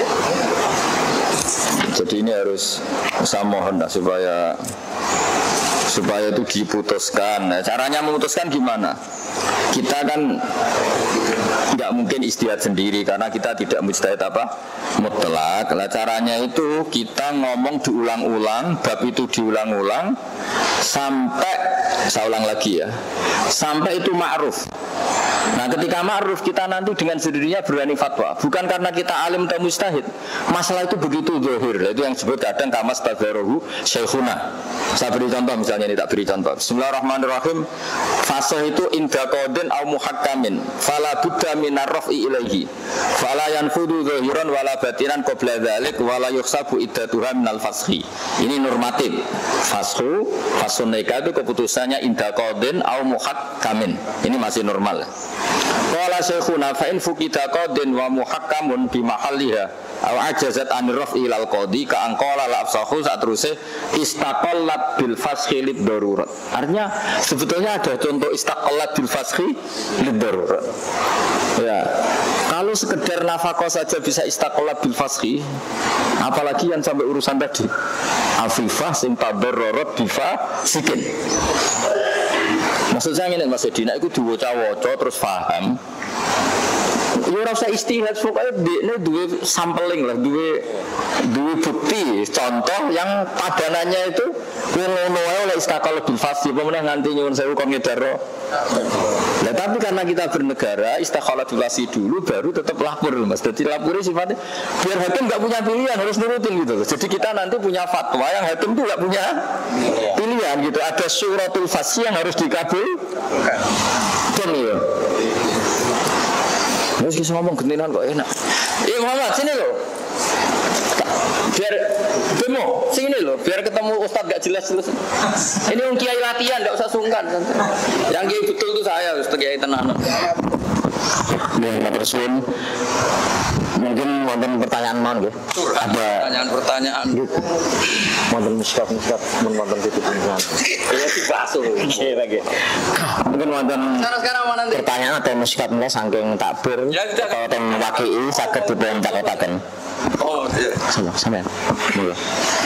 Jadi ini harus saya mohon lah supaya supaya itu diputuskan. Nah, caranya memutuskan gimana? Kita kan nggak mungkin ijtihad sendiri karena kita tidak mujtahid apa mutlak. Nah, caranya itu kita ngomong diulang-ulang, bab itu diulang-ulang sampai saya ulang lagi ya, sampai itu ma'ruf. Nah, ketika ma'ruf kita nanti dengan sendirinya berani fatwa, bukan karena kita alim atau mujtahid. Masalah itu begitu zahir. Itu yang disebut kadang kamas tadzaruhu syekhuna. Saya beri contoh misalnya ini tak beri contoh. Bismillahirrahmanirrahim. Fasih itu inda qadin au muhakkamin fala budda minar raf'i ilaihi fala yanfudu zahiran wala batinan qabla dzalik wala yuhsabu iddatuha minal fashi. Ini normatif. Fashu fasun nikah itu keputusannya inda qadin au muhakkamin. Ini masih normal. Qala syekhuna fa in fuqida qadin wa muhakkamun bi mahalliha aw ajazat an raf'i ilal qadi ka angqala la afsahu satruse istaqallat bil fashi lid darurat. Artinya sebetulnya ada contoh istaqallat bil fashi lid darurat. Ya. Kalau sekedar nafkah saja bisa istaqallat bil fashi, apalagi yang sampai urusan tadi. Afifah sing tadarrarat bifa sikin. Maksud saya ini Mas Edina itu diwaca-waca terus paham. Ya ora usah istihad, pokoknya ini dua sampling lah, dua dua bukti, contoh yang padanannya itu ngono wae oleh istaqal bil fasih, pemenang nganti nyuwun sewu kon ngedaro. Nah, tapi karena kita bernegara, istaqal bil fasih dulu baru tetap lapor Mas. Jadi lapornya sifatnya biar hakim enggak punya pilihan, harus nurutin gitu. Jadi kita nanti punya fatwa yang hakim itu enggak punya pilihan gitu. Ada suratul fasih yang harus dikabulkan. Ya. Terus kita ngomong gentinan kok enak. Eh Muhammad sini loh. Biar demo sini loh. Biar ketemu ustaz gak jelas-jelas. Ini yang kiai latihan, gak usah sungkan. Yang kiai betul itu saya, ustaz kiai tenan. Nih, terus mungkin wonten pertanyaan mohon nggih. Ada pertanyaan-pertanyaan. Wonten miskaf-miskaf mun wonten titipan. Ya dibasuh. Nggih, nggih. Mungkin wonten pertanyaan atau miskaf mulai saking takbir atau teng wakil saged dipun cakotaken. Oh, iya. Sama, sampean. Mula.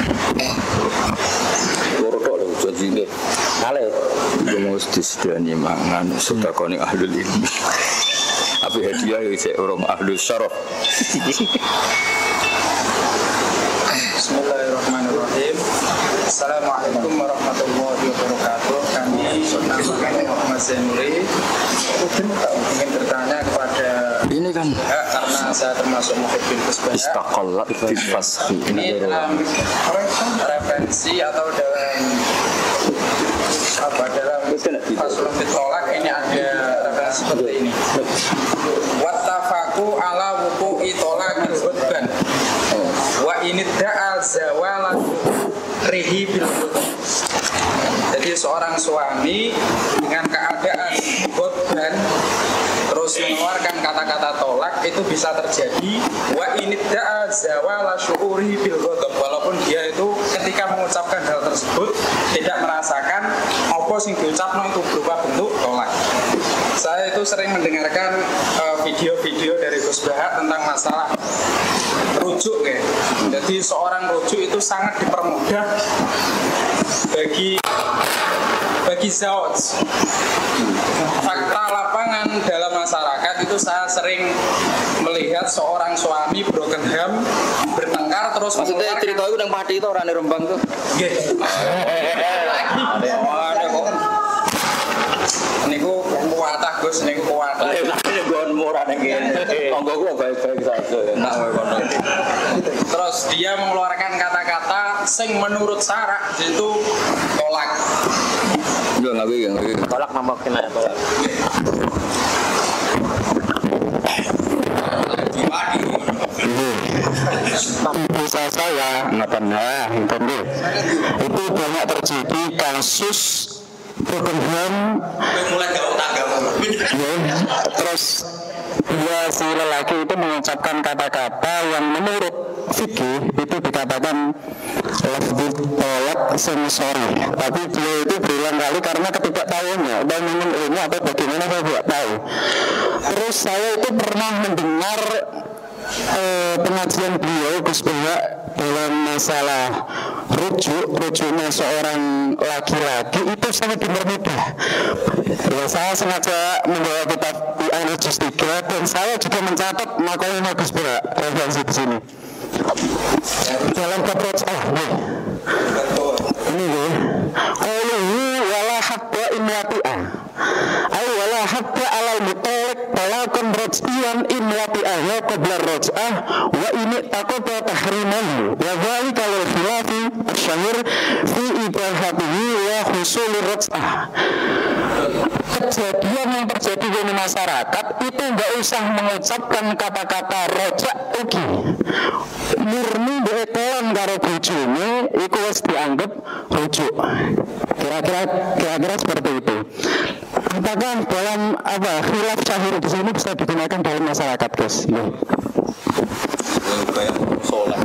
Loro tok lho janjine. Kale mesti disediani mangan sedekane ahlul ilmi. Tapi hadiah ya cek orang ahlus syaraf. Bismillahirrahmanirrahim. Assalamualaikum warahmatullahi wabarakatuh. Kami Sultan Muhammad Zainuri ingin bertanya kepada ini kan ya, karena saya termasuk muhibbin Gus Baha. istaqallat fi fasfi. Ini dalam referensi atau dalam apa dalam faslun fitolak ini ada referensi seperti ini. Wattafaku ala wuku'i tolak bil-hudban wa inidda'a zawala rihi bil-hudban. Jadi seorang suami dengan keadaan hudban terus mengeluarkan kata-kata tolak itu bisa terjadi wa inidda'a zawala syu'uri bil-hudban, walaupun dia itu ketika mengucapkan hal tersebut tidak merasakan apa sing diucapno itu berupa bentuk tolak. Saya itu sering mendengarkan uh, video-video dari Gus Baha tentang masalah rujuk ya. Jadi seorang rujuk itu sangat dipermudah bagi bagi zauj. Fakta lapangan dalam masyarakat itu saya sering melihat seorang suami broken home bertengkar terus maksudnya cerita itu yang pati itu orang di Rembang tuh. Nggih. Ada kok. Niku kuatah Gus, niku kuatah. Nek gon murah ning kene. Tonggoku baik-baik saja. Enak wae kono. Terus dia mengeluarkan kata-kata sing menurut syarak itu tolak. Enggak enggak iki, enggak iki. Tolak nama kena tolak. Bisa saya ngeten ya, ngeten nggih. Itu banyak terjadi kasus broken home. Mulai gaul tanggamu. Ya, terus dia si lelaki itu mengucapkan kata-kata yang menurut fikih itu dikatakan lafzul tolak sensori, tapi dia itu berulang kali karena ketidaktahuannya dan minum ilmu atau bagaimana saya tidak tahu. Terus saya itu pernah mendengar eh, pengajian beliau Gus Baha dalam masalah rujuk, rujuknya seorang laki-laki itu sangat dipermudah. Ya, saya sengaja membawa kitab Al Juz tiga dan saya juga mencatat makalah Gus Baha referensi di sini. Dalam approach ah nih. Ini nih. Qauluhu wala hadda imwati'ah. Ay wala hadda alal mutalik talaqan raj'iyan imwati'ah wa qabla raj'ah wa ini taqaba tahrimahu wa dhalika lil khilafi asyhur fi ibahatihi wa husul raj'ah. Kejadian yang terjadi di masyarakat itu enggak usah mengucapkan kata-kata rojak ugi murni beetelan karo bojone iku wis dianggap rujuk. Kira-kira kira-kira seperti itu. Apakah dalam apa khilaf syahir di sini bisa digunakan dalam masyarakat, Gus? Ya. Soleh.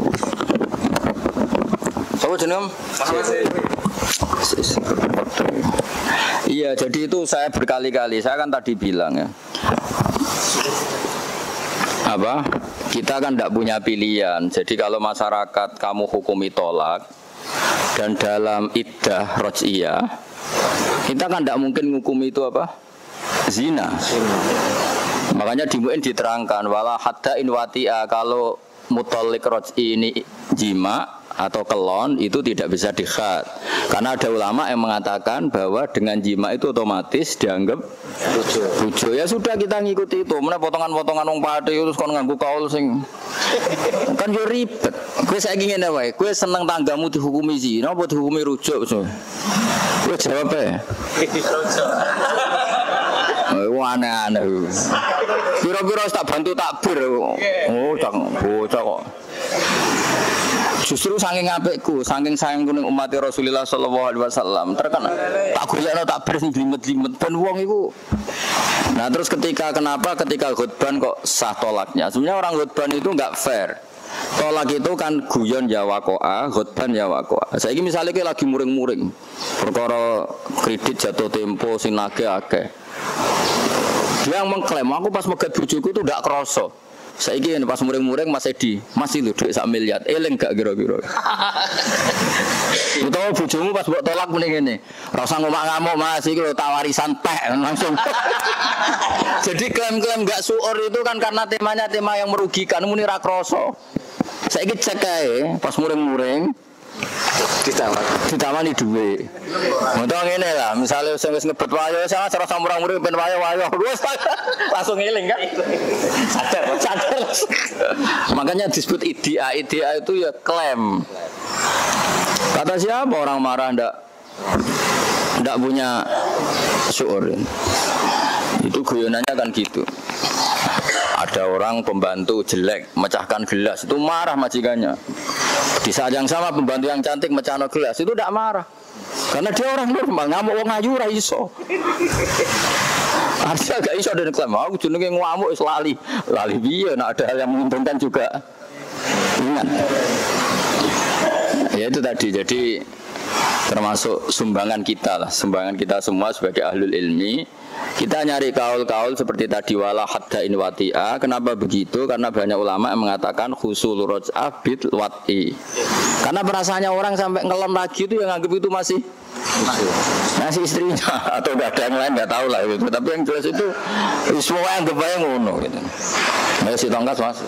Apa jeneng? Iya, jadi itu saya berkali-kali, saya kan tadi bilang ya. Apa? Kita kan tidak punya pilihan. Jadi kalau masyarakat kamu hukumi tolak dan dalam iddah roj'iyah, kita kan tidak mungkin hukumi itu apa? Zina. Makanya di mu'in diterangkan wala hadda in wati'a, kalau mutalik roj'i ini jima atau kelon itu tidak bisa dikhat. Karena ada ulama yang mengatakan bahwa dengan jima itu otomatis dianggap rujuk. Ya sudah, kita ngikuti itu. Mana potongan-potongan wong pati terus kon nganggo kaul sing kan yo ribet. Kowe saiki ngene wae, kowe seneng tanggamu dihukumi zina apa dihukumi rujuk? Kowe jawab ae. Rujuk. Oh, aneh-aneh. Piro-piro tak bantu takbir. Oh, cak bocah kok. Justru saking apikku, saking sayangku ning umat Rasulullah sallallahu alaihi wasallam, terkena tak golekno tak beres glimet-glimet ben wong iku. Nah, terus ketika kenapa ketika khutban kok sah tolaknya? Sebenarnya orang khutban itu enggak fair. Tolak itu kan guyon ya waqa'a, khutban ya waqa'a. Saiki misale ki lagi muring-muring. Perkara kredit jatuh tempo sing nagih akeh. Dia yang mengklaim aku pas megat bojoku itu ndak krasa. Saiki pas muring-muring Mas Edi, masih lho dhuwit sak miliar. Eling gak kira-kira. Utawa bojomu pas mbok tolak muni ngene. Ora usah ngomong-ngamuk Mas, iki lho tak warisan teh langsung. Jadi klaim-klaim enggak suur itu kan karena temanya tema yang merugikan, muni ra krasa. Saiki cek ae pas muring-muring Ditawan. Ditawani duwe. Montong ngene lah, misale sing wis ngebet wayo sangat cara samurang murid ben wayo-wayo. Langsung eling kan. Sadar, sadar. Makanya disebut idea, idea itu ya klaim. Kata siapa orang marah ndak ndak punya syuur. Itu guyonannya kan gitu. Ada orang pembantu jelek mecahkan gelas, itu marah majikannya. Di saat yang sama pembantu yang cantik mecahkan gelas, itu tidak marah. Karena dia orang normal, ngamuk wong ayu ra iso. Harusnya gak iso dan klaim, aku jenenge ngamuk wis lali. Lali piye nek ada hal yang menguntungkan juga. Ingat. Ya itu tadi, jadi termasuk sumbangan kita lah, sumbangan kita semua sebagai ahlul ilmi. Kita nyari kaul-kaul seperti tadi wala hadda in wati'a. Kenapa begitu? Karena banyak ulama yang mengatakan khusul roj'ah bid wat'i. Karena perasaannya orang sampai ngelem lagi itu yang anggap itu masih masih istrinya atau udah ada yang lain nggak tahu lah gitu. Tapi yang jelas itu semua yang kebayang ngono gitu. Ayo si tongkat mas.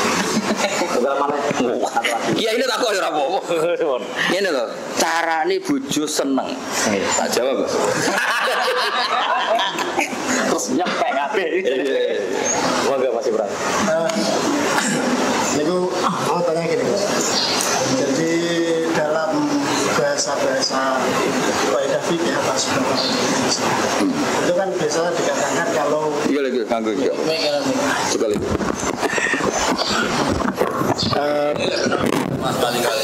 Iya ini tak kok ya rapopo. Ini loh cara ini bojo seneng. Tak jawab. Terus nyepek kabeh. Moga masih berat. Niku mau tanya gini Mas. Jadi dalam bahasa-bahasa kaidah fikih apa sebenarnya itu kan biasanya dikatakan kalau iya lagi kanggo iki. Coba lagi. Eh, Mas kali-kali.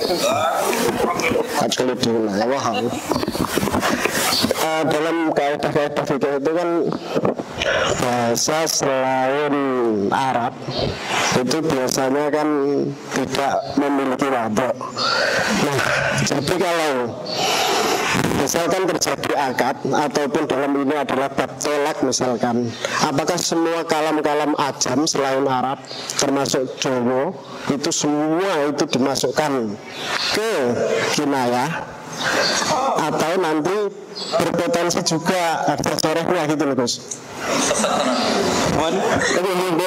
Kacau dulu lah, waham. Uh, dalam kaidah-kaidah fikih itu kan bahasa selain Arab itu biasanya kan tidak memiliki waduk. Nah, jadi kalau misalkan terjadi akad ataupun dalam ini adalah bab tolak misalkan, apakah semua kalam-kalam ajam selain Arab termasuk Jawa itu semua itu dimasukkan ke kinayah atau nanti berpotensi juga ada sorehnya gitu loh Gus. Mohon, tapi mungkin.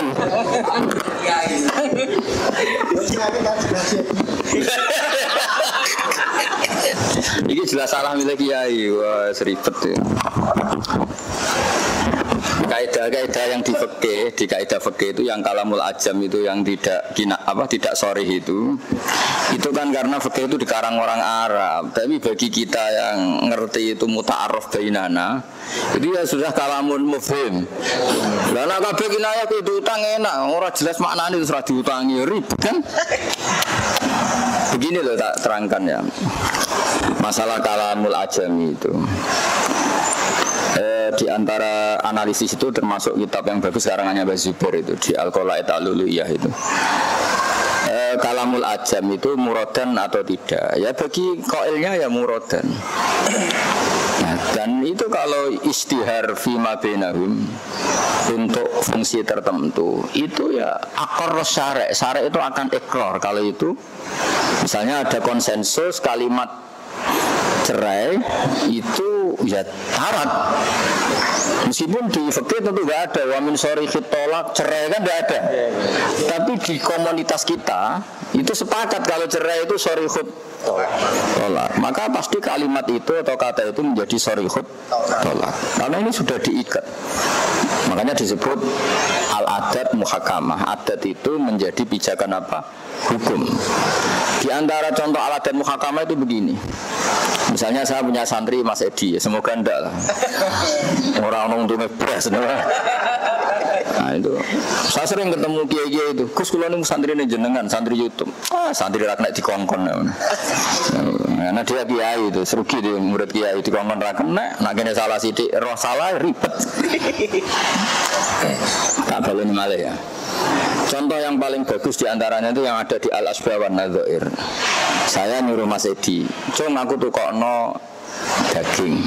Ini jelas salah milik kiai, wah seribet ya. Kaidah-kaidah yang di fikih, di kaidah fikih itu yang kalamul ajam itu yang tidak kina, apa tidak sorih itu, itu kan karena fikih itu dikarang orang Arab. Tapi bagi kita yang ngerti itu muta'arraf bainana, itu ya sudah kalamun mufhim. Lah nek kabeh kinayah itu utang enak, ora jelas maknane terus ora diutangi, ribet kan? Begini loh tak terangkan ya. Masalah kalamul ajami itu. Eh, di antara analisis itu termasuk kitab yang bagus karangannya Mbah Zubair itu di Al-Qalaid Al-Luluyah itu. Eh, kalamul ajam itu muradan atau tidak? Ya bagi qailnya ya muradan. Nah, dan itu kalau istihar fima bainahum untuk fungsi tertentu itu ya akor syarek. Syarek itu akan iqrar kalau itu misalnya ada konsensus kalimat cerai itu ya syarat. Meskipun di fikih tentu nggak ada wa min syarihit tolak, cerai kan nggak ada. Tapi di komunitas kita itu sepakat kalau cerai itu syarihut tolak. Maka pasti kalimat itu atau kata itu menjadi syarihut tolak. Karena ini sudah diikat. Makanya disebut al-adat muhakamah. Adat itu menjadi pijakan apa? Hukum. Di antara contoh al-adat muhakamah itu begini. Misalnya saya punya santri Mas Edi, ya semoga enggak lah. Orang-orang untuk ngepres. Nah itu, saya sering ketemu kiai-kiai itu. Gus kula niku santri ini jenengan, santri YouTube. Ah, santri rak nek dikongkon. Karena dia kiai itu, serugi dia murid kiai dikongkon ra kena, nek kene salah sithik, roh salah ribet. Tak baleni malih ya. Contoh yang paling bagus diantaranya itu yang ada di Al-Asbah wan Nadzair. Saya nyuruh Mas Edi, "Cung aku tukokno daging."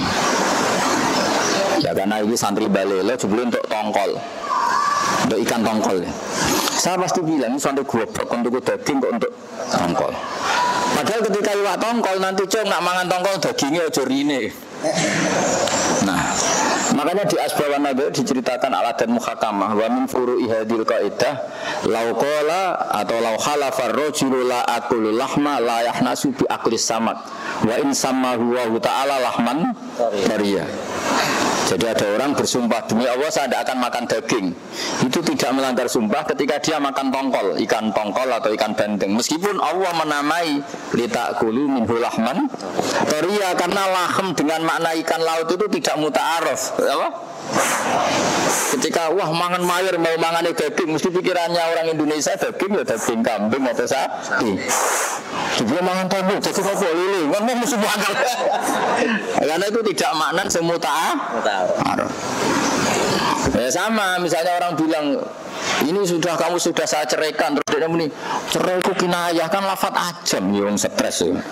Ya karena ini santri balelo jebule untuk tongkol. Untuk ikan tongkol. Saya pasti bilang ini santri goblok untuk daging kok untuk tongkol. Padahal ketika iwak tongkol nanti cung nak mangan tongkol dagingnya aja rine. Nah, makanya di Asbawan Nabi diceritakan alat dan muhakamah wa min furu'i hadil qaidah law qala atau law khalafa ar-rajulu la aqulu lahma la yahnasu bi aqlis samak wa in sammahu wa ta'ala lahman tariya. Jadi ada orang bersumpah demi Allah saya tidak akan makan daging. Itu tidak melanggar sumpah ketika dia makan tongkol, ikan tongkol atau ikan bandeng. Meskipun Allah menamai litakulu minhu lahman tariya, karena lahm dengan makna ikan laut itu tidak muta'aruf. Apa? Ketika wah mangan mayur mau mangan daging, mesti pikirannya orang Indonesia daging ya daging kambing atau sapi. Dia mangan tamu, daging apa lele, ngomong musuh banget. Karena itu tidak makna semuta'aruf. Ya sama, misalnya orang bilang ini sudah kamu sudah saya ceraikan, terus dia muni ceraiku kinayah, kan lafadz ajam, ya orang stres ya.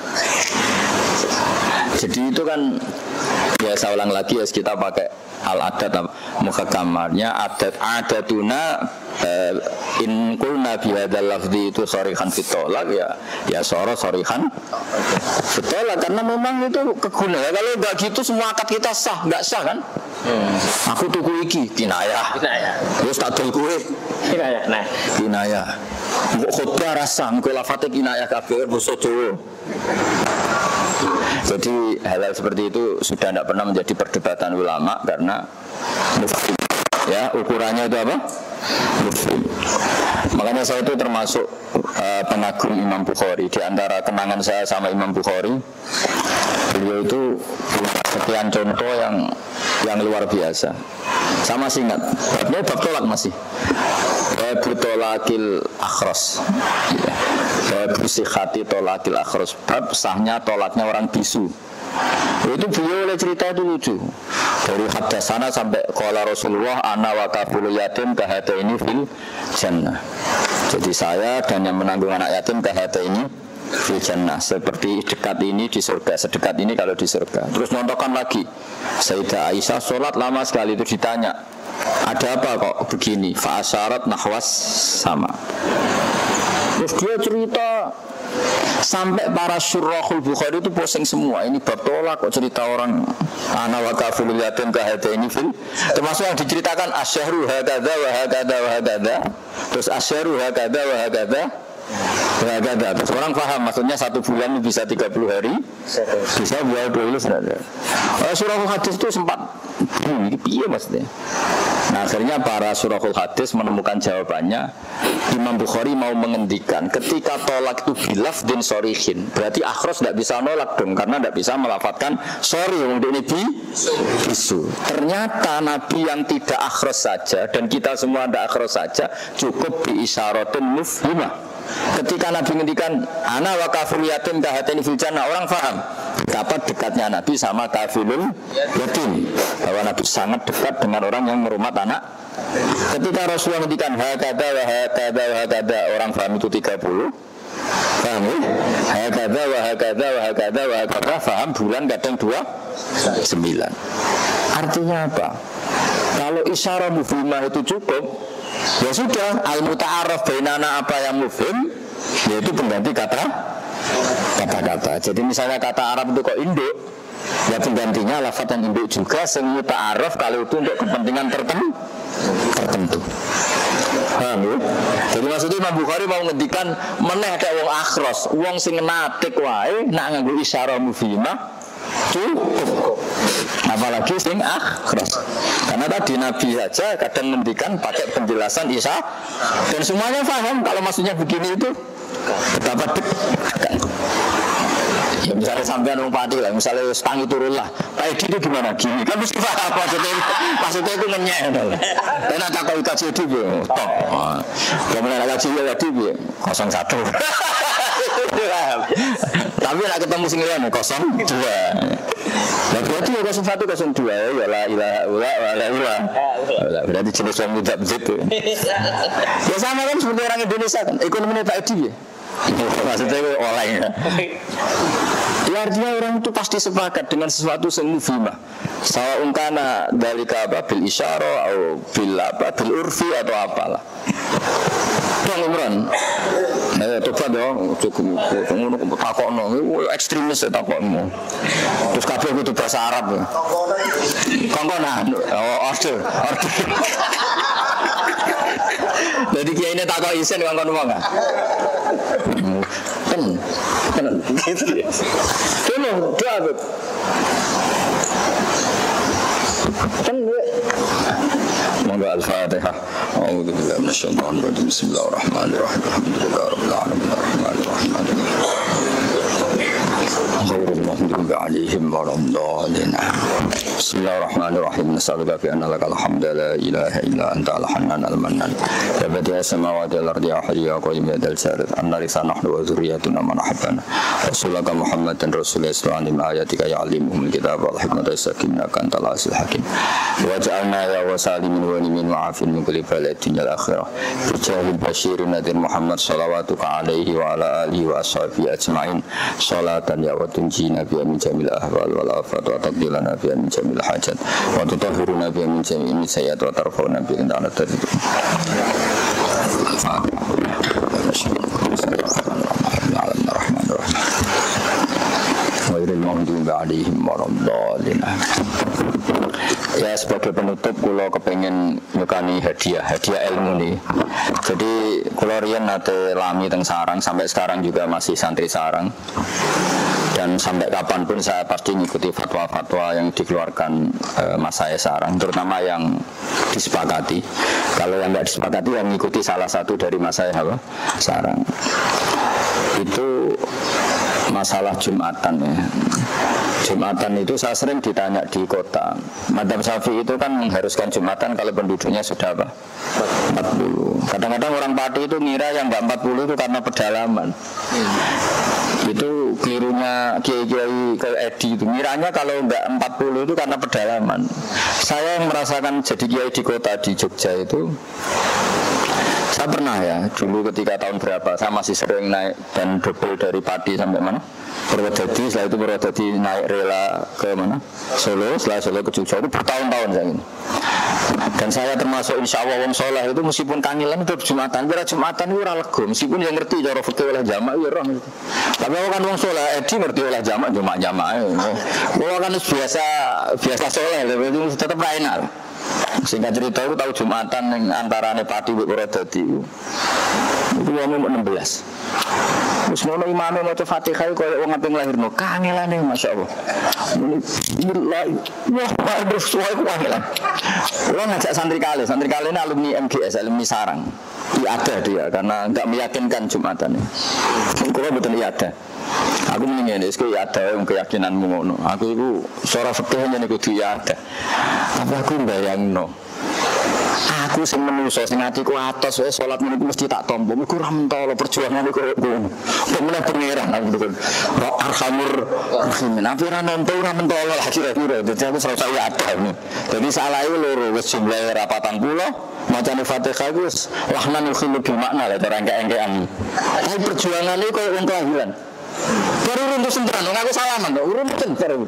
Jadi itu kan ya saya ulang lagi ya, kita pakai al adat muka kamarnya adat adatuna uh, in kulna bihadzal lafzi itu sorihan fitolak ya ya soro sorihan fitolak, karena memang itu kegunaan. Kalau enggak gitu semua akad kita sah, enggak sah kan? Hmm. Aku tuku iki kinayah. Kinayah. Terus tak dol kowe. Kinayah. Nah, kinayah. Mbok khotbah rasa engko lafate kinayah kabeh basa Jawa. Jadi hal-hal seperti itu sudah tidak pernah menjadi perdebatan ulama karena mufhim. Ya, ukurannya itu apa? Mufhim. Makanya saya itu termasuk uh, pengagum Imam Bukhari. Di antara kenangan saya sama Imam Bukhari, beliau itu sekian contoh yang yang luar biasa. Saya masih ingat, babnya bab tolak masih. Babu tolakil akhros, babu sihati tolakil akhros, bab sahnya tolaknya orang bisu. Itu beliau oleh cerita itu lucu. Dari hadasana sampai qala Rasulullah ana wa kafilul yatim kahataini fil jannah. Jadi saya dan yang menanggung anak yatim kahataini fil jannah, seperti dekat ini di surga, sedekat ini kalau di surga. Terus nyontohkan lagi, Sayyidah Aisyah sholat lama sekali, itu ditanya ada apa kok begini, fa asyarat nahwas sama. Terus dia cerita sampai para syurahul Bukhari itu pusing semua. Ini bab tolak kok cerita orang ana wa kafilul yatim kahataini fil, termasuk yang diceritakan asyhru hakadza wa hakadza wa hakadza, terus asyhru hakadza wa hakadza wa hakadza. Terus orang paham maksudnya satu bulan bisa tiga puluh hari, bisa dua puluh hari. Oh, surahul hadis itu sempat ini piye maksudnya. Nah akhirnya para surahul hadis menemukan jawabannya. Imam Bukhari mau mengendikan ketika tolak itu bilaf din sorihin, berarti akhros tidak bisa nolak dong, karena tidak bisa melafatkan sorry untuk ini bisu. Ternyata Nabi yang tidak akhros saja dan kita semua tidak akhros saja cukup bi isyaratun mufhimah. Ketika Nabi mengendikan ana wa kafil yatim kahatini fil jannah, orang paham betapa dekatnya Nabi sama kafilul yatim, bahwa Nabi sangat dekat dengan orang yang merumat anak. Ketika Rasulullah menghentikan hakada wa hakada wa hakada, orang paham itu tiga puluh. Paham ya? Hakada wa hakada wa hakada wa hakada, paham bulan kadang dua puluh sembilan. Artinya apa? Kalau isyarah mufhimah itu cukup, ya sudah, al-muta'arraf bainana apa yang mufhim, yaitu pengganti kata kata-kata. Jadi misalnya kata Arab itu kok induk, ya penggantinya lafaz yang induk juga, sing muta'arraf kalau itu untuk kepentingan tertentu. tertentu. Paham ya? Jadi maksudnya Imam Bukhari mau ngendikan meneh ada wong akhros, wong sing natik wae nak nganggo isyarah mufhimah cukup. Apalagi sing akhros. Karena tadi Nabi saja kadang ngendikan pakai penjelasan isya dan semuanya paham kalau maksudnya begini itu betapa dekat. Ya misalnya sampean wong pati lah, misalnya tangi turun lah, Pak Edi itu gimana? Gini, kan mesti paham maksudnya, maksudnya itu ngenyek. Dan ada kau kaji Edi bi, top. Kemudian ada kaji Edi bi, kosong satu. Tapi nak ketemu sing liyan kosong dua. Nah berarti ya kosong satu kosong dua ya la ilaha illa wa la ilaha. Berarti jenis yang mudah begitu. Ya sama kan seperti orang Indonesia kan, ekonominya Pak Edi ya. Maksudnya itu olehnya. Ya artinya orang itu pasti sepakat dengan sesuatu yang mufhimah. Sawa ungkana dalika apa bil isyara atau bil apa bil urfi atau apalah. Bang Imran, Eh tobat ya, cukup ngono kok takokno, ekstremis ya takokmu. Terus kabeh kudu bahasa Arab. Kongkonan, oh order, order. Jadi kiai ini takok isen kongkon wong ah. Ten, ten, gitu ya. Dulu, doa Beb. Ten, monggo Al-Fatihah. A'udzu billahi minasyaitonir rajim. Bismillahirrahmanirrahim. Alhamdulillahirabbil alamin. Arrahmanirrahim. Ghairil maghdubi 'alaihim waladdallin. Bismillahirrahmanirrahim. Nas'aluka bi anna lakal hamda la ilaha illa anta al-hannan al-mannan. Ya badi'as samawati wal ardi ya hayyu ya qayyum ya dzal jalali. Anna nahnu wa dzurriyyatuna man ahabbana. Rasulaka Muhammadan rasulullah sallallahu alaihi wa ayatika ya alimul kitab wal hikmata sakinaka antal azizul hakim. Wa ja'alna ya wasalimin wa limin wa afin min kulli balatin al akhirah. Bijahil basyirin nadir Muhammad salawatuka alaihi wa ala alihi wa ashabihi ajma'in. Salatan ya wa tunjina biha min jamil ahwal wal afat wa taqdilana biha min jamil hajat wa tutahhiruna biha min jamil sayyi'at wa tarfa'una biha inda tadid. Ghairil maghdubi 'alaihim waladdallin. Ya sebagai penutup kula kepengin nyukani hadiah, hadiah ilmu nih. Jadi kula riyen nate lami teng sarang sampai sekarang juga masih santri sarang. Dan sampai kapanpun saya pasti ngikuti fatwa-fatwa yang dikeluarkan e, mas saya sarang, terutama yang disepakati. Kalau yang nggak disepakati yang ngikuti salah satu dari mas saya apa? Sarang. Itu masalah Jumatan ya. Jumatan itu saya sering ditanya di kota. Madzhab Syafi'i itu kan mengharuskan Jumatan kalau penduduknya sudah apa? empat puluh. Kadang-kadang orang Pati itu ngira yang enggak empat puluh itu karena pedalaman. Hmm. Itu kelirunya kiai-kiai ke Edi itu. Ngiranya kalau enggak empat puluh itu karena pedalaman. Saya yang merasakan jadi kiai di kota di Jogja itu, saya pernah ya, dulu ketika tahun berapa, saya masih sering naik dan double dari Pati sampai mana? Purwodadi, setelah itu Purwodadi naik rela ke mana? Solo, setelah Solo ke Jogja, itu bertahun-tahun saya ini. Dan saya termasuk insya Allah wong soleh itu meskipun kangilan itu Jumatan, kira Jumatan itu ralego, meskipun yang ngerti cara fikih oleh jamaah ya roh. Tapi aku kan wong soleh, Edi ngerti oleh jamaah, jamaah-jamaah. Aku kan biasa biasa soleh, itu tetap enak. Singkat cerita aku tahu Jumatan yang antara Pati dan Purwodadi itu umur enam belas. Terus ngono imame maca Fatihah koyo wong ape nglahirno kangelane masyaallah. Mulai wah terus suwe kangelan. Kulo ngajak santri kali, santri kali ini alumni M G S, alumni sarang. Iya ada dia karena enggak meyakinkan Jumatan. Kulo betul iya ada. Aku mendingin es kaya ada yang keyakinanmu ngono. Aku itu suara fikihnya nih kudu ya ada. Tapi aku bayangno. Aku sing menungso sing atiku atos wae salat niku mesti tak tampa. Iku ora mentolo perjuangan iku ngono. Pemenang pangeran aku tuh. Arhamur rahimin. Apa ora nonton ora mentolo lah kira-kira. Dadi aku serasa ada ini. Jadi salah iku loro wis jumlahe ora patang puluh. Macane Fatihah iku wis lahnan khulu bil makna lah cara engke-engkean. Tapi perjuangane koyo wong kelahiran. Baru urun tuh sendirian, aku salaman tuh, urun tuh baru.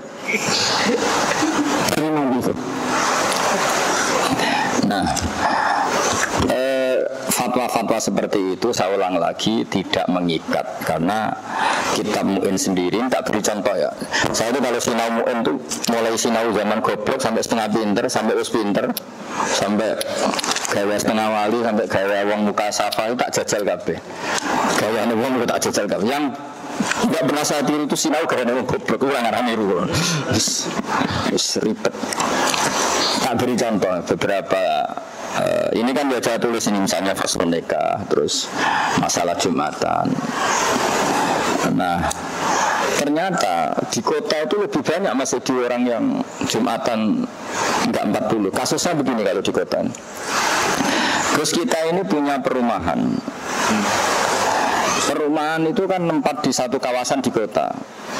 Nah, eh, fatwa-fatwa seperti itu saya ulang lagi tidak mengikat karena kitab Mu'in sendiri tak beri contoh ya. Saya itu kalau sinau Mu'in tuh mulai sinau zaman goblok sampai setengah pinter, sampai us pinter, sampai gawe setengah wali, sampai gawe wong muka safa itu tak jajal kabeh. Gawe wong tak jajal kabeh. Yang tidak berasa diri itu sinau karena orang goblok orang ngarang niru terus ribet. Tak beri contoh beberapa uh, ini kan biasa tulis ini misalnya faslun nikah, terus masalah Jumatan. Nah ternyata di kota itu lebih banyak masih di orang yang Jumatan enggak empat puluh. Kasusnya begini kalau di kota. Terus kita ini punya perumahan. Perumahan itu kan tempat di satu kawasan di kota.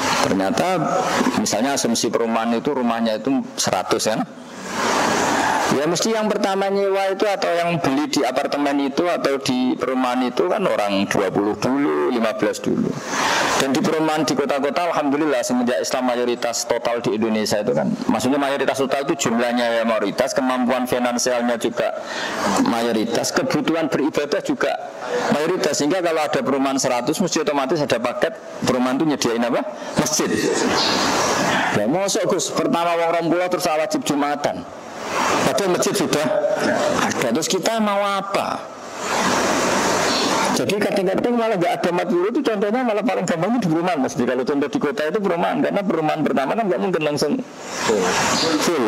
Ternyata misalnya asumsi perumahan itu rumahnya itu seratus ya. Ya mesti yang pertama nyewa itu atau yang beli di apartemen itu atau di perumahan itu kan orang dua puluh dulu, lima belas dulu. Dan di perumahan di kota-kota alhamdulillah semenjak Islam mayoritas total di Indonesia itu kan, maksudnya mayoritas total itu jumlahnya ya mayoritas, kemampuan finansialnya juga mayoritas, kebutuhan beribadah juga mayoritas. Sehingga kalau ada perumahan seratus mesti otomatis ada paket perumahan itu nyediain apa? Masjid. Ya mosok Gus, pertama wong rong puluh terus wajib Jumatan. Padahal masjid sudah ada. Terus kita mau apa? Jadi kadang-kadang malah nggak ada empat puluh itu contohnya malah paling gampang di perumahan Mas. Jadi kalau contoh di kota itu perumahan, karena perumahan pertama kan nggak mungkin langsung full.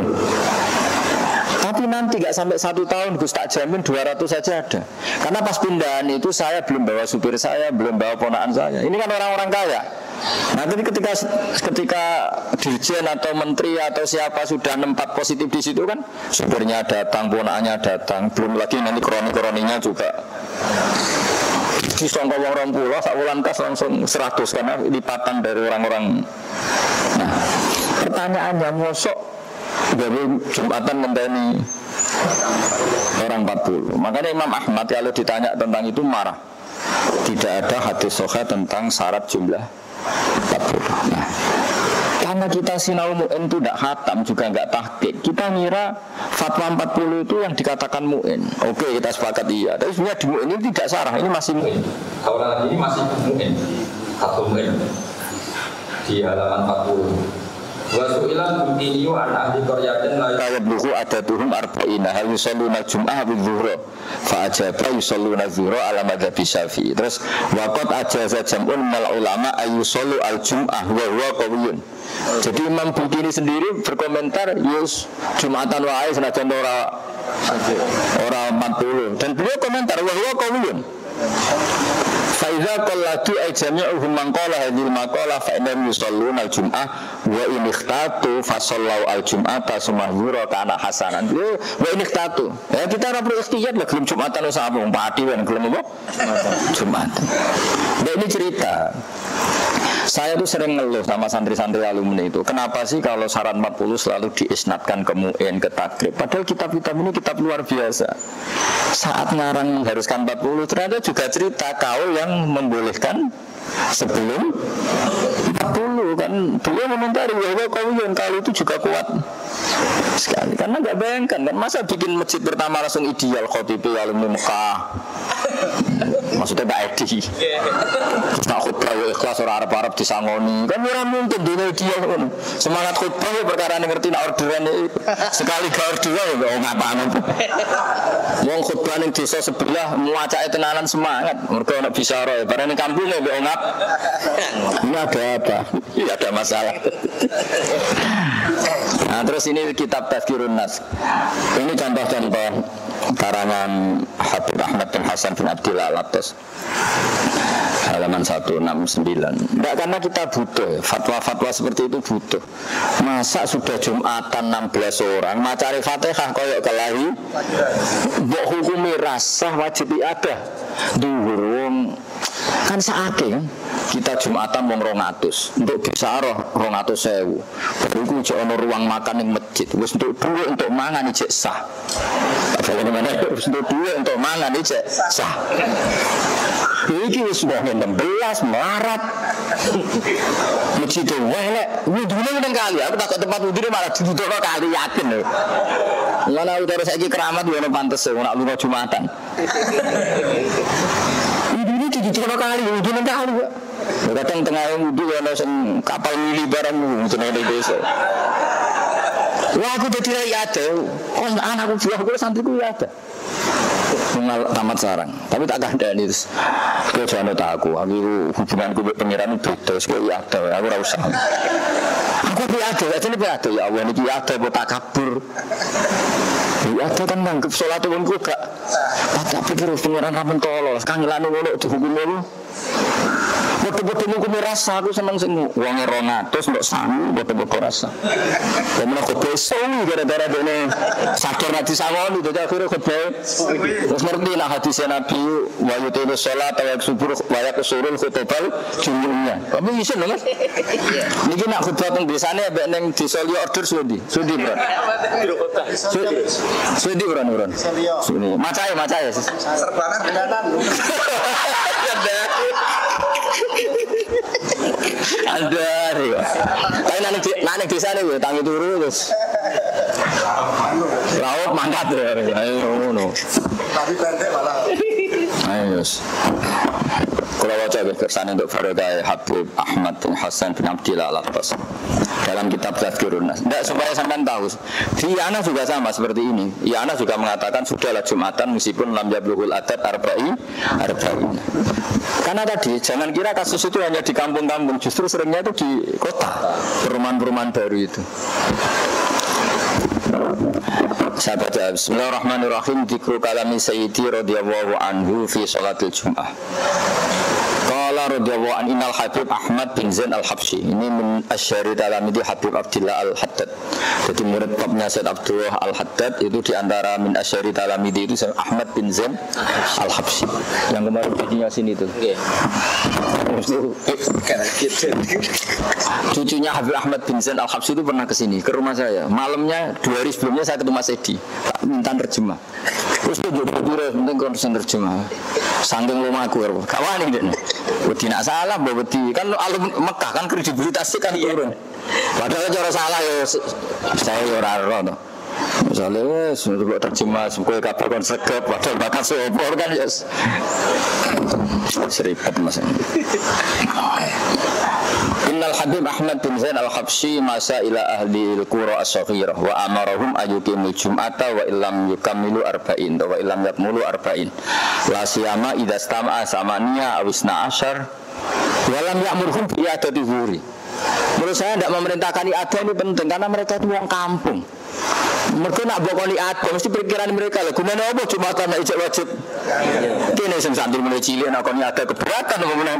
Tapi nanti nggak sampai satu tahun Gus, tak jamin dua ratus saja ada. Karena pas pindahan itu saya belum bawa supir saya, belum bawa ponakan saya. Ini kan orang-orang kaya. Nah, tapi ketika ketika dirjen atau menteri atau siapa sudah nempat positif di situ kan, supirnya datang, ponakannya datang, belum lagi nanti kroni-kroninya juga. Di songkok orang pulau, sak wulan kas langsung seratus karena lipatan dari orang-orang. Nah, pertanyaannya mosok dari Jumatan mendani orang empat puluh. Makanya Imam Ahmad kalau ditanya tentang itu marah. Tidak ada hadis sahih tentang syarat jumlah empat puluh. Nah, karena kita sinau mu'in itu tidak khatam juga nggak tahqiq, kita ngira fatwa empat puluh itu yang dikatakan mu'in. Oke, kita sepakat iya. Tapi sebenarnya di mu'in ini tidak sarah, ini masih mu'in. Kalau ini masih mu'in, satu mu'in di halaman empat puluh. Wa su'ilan bintiniyu an ahli qaryatin la yabluhu adatuhum arba'ina hal yusalluna jum'ah bidzuhra fa ajaba yusalluna dzuhra ala madzhabi Syafi'i. Terus waqad ajaza jam'un minal ulama ayusallu al jum'ah wa huwa qawiyyun. Jadi Imam Bukini sendiri berkomentar yus Jumatan wae senajan ora ora empat puluh, dan beliau komentar wa huwa qawiyyun. Faiza qallatu ay jami'uhum man qala hadhil maqala fa innahum yusalluna al-jum'ah wa in ikhtatu fa sallau al-jum'ata sumahzura kana hasanan. Wa in ikhtatu. Ya kita ora perlu ikhtiyat lah gelem Jumatan wis apa wong pati wae gelem apa? Jumatan. Nah, ini cerita. Saya tuh sering ngeluh sama santri-santri alumni itu. Kenapa sih kalau syarat empat puluh selalu diisnadkan ke mu'in, ke takrib? Padahal kitab-kitab ini kitab luar biasa. Saat ngarang mengharuskan empat puluh ternyata juga cerita kaul yang membolehkan sebelum empat puluh kan. Beliau mementari bahwa kaul yang kaul itu juga kuat sekali. Karena nggak bayangkan kan, masa bikin masjid pertama langsung ideal khotibah alumni Mekah. Maksudnya Mbak Edi. Nah khutbah ikhlas orang Arab-Arab disangoni. Kan ora mungkin dunia ideal kan. Semangat khutbah ya perkara ngerti nak orderan sekali gak orderan ya ngapaan apa. Wong khutbah ning desa sebelah muacake tenanan semangat. Mergo ana bisyara ya bareng ning kampung ya mbok ngap. Ini ada apa? Ini ada masalah. Nah terus ini kitab Tazkirun Nas. Ini contoh-contoh karangan Habib Ahmad bin Hasan bin Abdillah Al-Attas halaman seratus enam puluh sembilan. Tidak, karena kita butuh fatwa-fatwa seperti itu butuh. Masa sudah Jumatan enam belas orang macari Fatihah koyok kelahi mbok hukumi rasah wajib ada dhuwur kan saake kan kita Jumatan wong rong atus untuk bisaroh rong atus sewu bariku cek ono ruang makan ning masjid wis untuk dhuwit untuk mangan ijek sah. Bagaimana wis untuk dhuwit untuk mangan ijek sah. Iki wis wong enam belas Maret. Masjid welek wudune nang kali aku takut tempat wudune malah didudukno kali yakin lho. Lah utara saiki keramat yo ono pantes ora lunga Jumatan. Ini didudukno kali wudune kali kok. Kadang tengah wudu ono sing kapal mili barang jenenge desa. Wah aku dadi ya ada. Oh anakku buah kula santriku ya ada. Mengal tamat sarang, tapi tak kandhani terus. Kowe jangan tak aku, aku hubunganku mbek pangeran beda, kowe ya ada, aku ora usah. Aku piye ada, ajene piye ada ya Allah niki ada apa takabur. Ya ada kan nganggep salat wongku gak tak pikir pangeran ra mentolo, kangelane ngono dihukum ngono. Bodoh-bodoh ngukumi rasa, aku seneng sing wonge ronatus mbok sami bodoh-bodoh rasa. Kemudian khutbah suwi gara-gara dene sadar nek disangoni dadi akhire khutbah. Terus ngerti nak hadisnya Nabi wa yutina sholat wa subur wa yaqsurul khutbal jumlahnya. Kamu isin lho Mas? Niki nak khutbah teng desane mbek ning desa liya order sundi. Sundi, Bro. Sundi. Sundi Bro nuron. Sundi. Macae macae. Serbanan benanan. Ada nih. Tapi nanti nanti desa nih, tangi turu terus. Laut mangkat ya. Ayo no. Tapi pendek malah. Ayo. Kalau baca kesan untuk Farogai Habib Ahmad bin Hasan bin Abdillah Al-Abbas dalam kitab Tazkirun Nas. Tidak supaya sampean tahu. Iyana juga sama seperti ini. Iyana juga mengatakan sudahlah Jumatan meskipun lam yablughul adad arba'i arba'in. Karena tadi jangan kira kasus itu hanya di kampung-kampung, justru seringnya itu di kota, perumahan-perumahan baru itu. Saya baca Bismillahirrahmanirrahim. Dzikru kalami Sayyidi radhiyallahu anhu fi sholatil Jum'ah. Qala radhiyallahu an innal Habib Ahmad bin Zain Al-Habsyi. Ini min asyari talamidi Habib Abdillah Al-Haddad. Jadi murid babnya Said Abdullah Al-Haddad itu diantara min asyari talamidi itu Ahmad bin Zain Al-Habsyi. Yang kemarin videonya sini tuh. Cucunya Habib Ahmad bin Zain Al-Habsyi itu pernah ke sini, ke rumah saya. Malamnya dua hari sebelumnya saya ketemu Mas Edi, minta terjemah. Terus dia juga berdua, penting konsen terjemah. Sangking rumahku, kawan ini deh. Wedi nak salah, bawa wedi kan alum Mekah kan kredibilitasnya kan turun. Padahal cara salah ya saya orang-orang tuh. Misalnya wes untuk terjemah, semoga kabel kon segep, padahal bakat sopor kan ya. Seribet mas. Innal Habib Ahmad bin Zain Al-Habsyi masa ila ahli al-qura as-saghirah wa amarahum ayyukimul jum'ata wa illam yukammilu arba'in wa illam yakmulu arba'in la siyama idza stama'a samaniya aw isna asyar wa lam ya'murhum bi adati zuhri. Menurut saya tidak memerintahkan ibadah ini penting karena mereka itu orang kampung. Mereka nak buat ibadah mesti pikiran mereka lah. Gimana apa Jumatan nak ijab wajib? Kini sing santri mulai cilik nak kon ibadah keberatan apa meneh?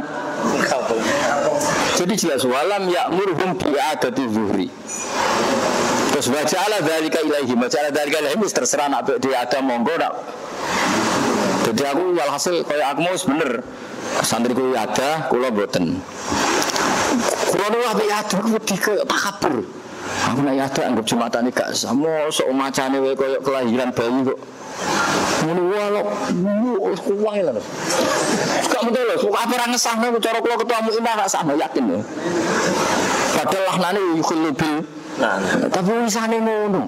Jadi jelas walam ya'murhum bi adati zuhri. Terus waja'ala dzalika ilaihi, waja'ala dzalika ilaihi terserah nak dia ada monggo nak. Jadi aku walhasil kayak aku mau bener santriku ada, kula mboten. Kula nu ape ada wedi ke takabur. Aku nek ada anggap Jumatan iki gak sama sok macane wae koyo kelahiran bayi kok. Ngono wae kok wae lho. Gak betul lho, kok apa ora ngesahno cara kula ketemu ini gak sama yakin lho. Padahal lahnane yukhillu bil. Nah, tapi wisane ngono.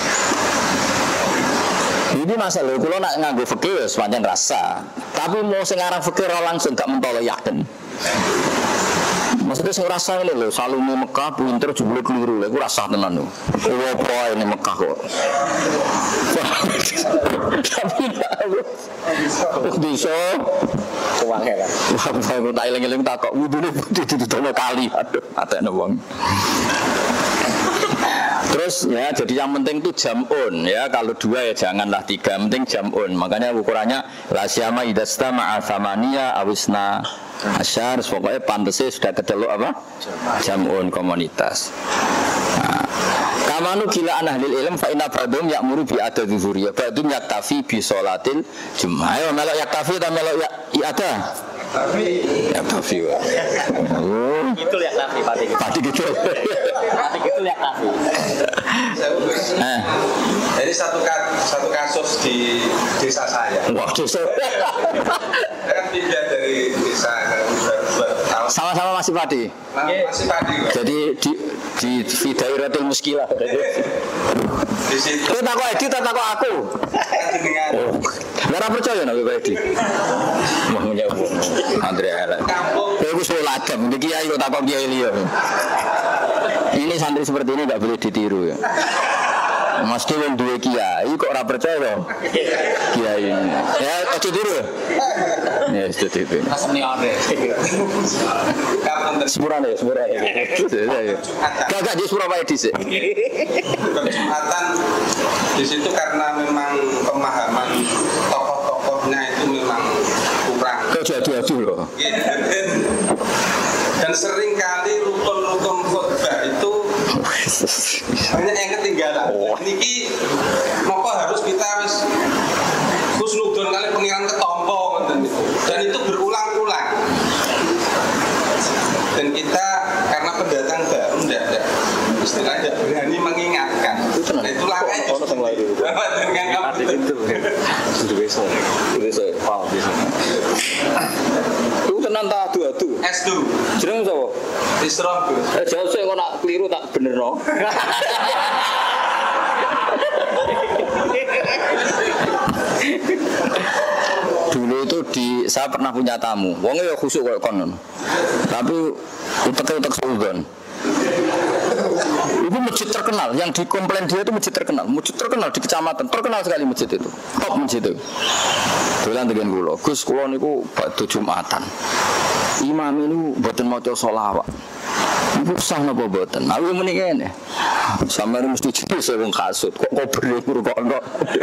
Ini masalah kalau nak nganggo fikih sepanjang rasa, tapi mau sekarang fikih langsung gak mentolo yakin. Maksudnya saya rasa ini loh, salune Mekah pinter jebule keliru lho, aku rasa tenan lho. Opo ini Mekah kok. Tapi aku bisa uangnya kan. Aku tak eling-eling tak kok wudune ditutup kali. Aduh, atene wong. Terus ya jadi yang penting itu jam'un ya, kalau dua ya janganlah tiga, penting jam'un. Makanya ukurannya la syama idasta ma'a thamaniya awisna asyar, pokoknya pantasnya sudah kecelok apa? Jam'un komunitas. Nah, kamanu gila an ahlil ilm fa inna ba'dhum ya'muru bi adati dzuriyah, ba'dhum yaktafi bi sholatil jum'ah. Ayo melok yaktafi ta melok ya ada? Tapi ya kafi wah. Oh, itu lihat kafi pati. Pati gitu. Pati gitu lihat kafi. Eh, jadi satu satu kasus di desa saya. Wah, desa. Kan pindah dari desa buat tahun. Sama-sama masih padi. Masih padi. Jadi di di di dairatul muskilah. Di situ. Kita takut Edi, kita takut aku. Oh, nggak percaya nabi Edi. Mau nyambung. Andre ala. Aku sudah ladam, jadi kiai kok takut kiai liya. Ini santri seperti ini nggak boleh ditiru ya. Mas Dewan dua kiai kok ora percaya kiai ini. Ya ojo tiru. Ya sudah tiru. Asmi ade. Sepurane, sepurane. Gak di Surabaya dhisik. Jumatan di situ karena memang pemahaman tokoh-tokohnya itu memang kurang. Kau jadi adu loh. sering kali rukun-rukun khutbah itu banyak yang ketinggalan. Niki maka harus kita harus husnudon kali pengiran ketompo itu. Dan itu berulang-ulang. Dan kita karena pendatang baru tidak istilahnya berani mengingatkan. Nah, itu langkahnya. Dengan kamu itu. Itu besok. Itu besok. Wow, besok. Itu tenan tak adu-adu. S dua. Jeneng sapa? Isrom. Eh jauh sik kok nak keliru tak benerno. Dulu itu di saya pernah punya tamu. Wongnya ya khusuk kayak konon. Tapi utek-utek suudon. Itu masjid terkenal, yang dikomplain dia itu masjid terkenal, masjid terkenal di kecamatan, terkenal sekali masjid itu, top masjid itu. Dolan dengan kulo, Gus kulo niku batu Jumatan. Imam ini boten maca sholawat. Iku sah napa boten? Aku muni kene. Sampeyan mesti jadi wong kasut, kok kobre ngrungokno.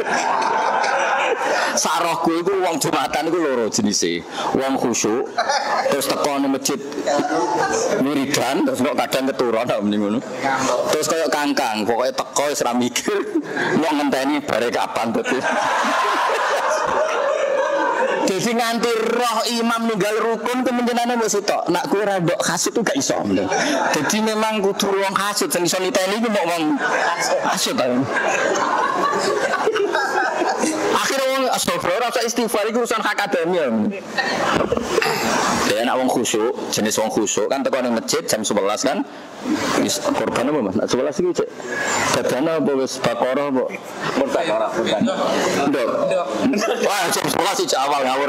Sarahku iku wong Jumatan iku loro jenise. Wong khusyuk terus teko nang masjid wiridan terus kok kadang keturu ana muni ngono. Terus kaya kangkang, pokoke teko wis ra mikir mau ngenteni bare kapan dadi. Jadi nganti roh imam ninggal rukun kemenjenane wis sitok. Nak kowe ra ndok kasut itu gak iso. Jadi memang kudu wong kasut sing iso niteni iki mok wong kasut ta. Akhirnya wong astagfirullah rasa istighfar itu urusan akademi. Dia nak wong khusyuk, jenis wong khusyuk kan teko ning masjid jam sebelas kan. Wis korban apa Mas? sebelas iki cek. Badana apa wis Baqarah apa? Baqarah bukan. Ndok. Wah, jam sebelas iki awal ngawur.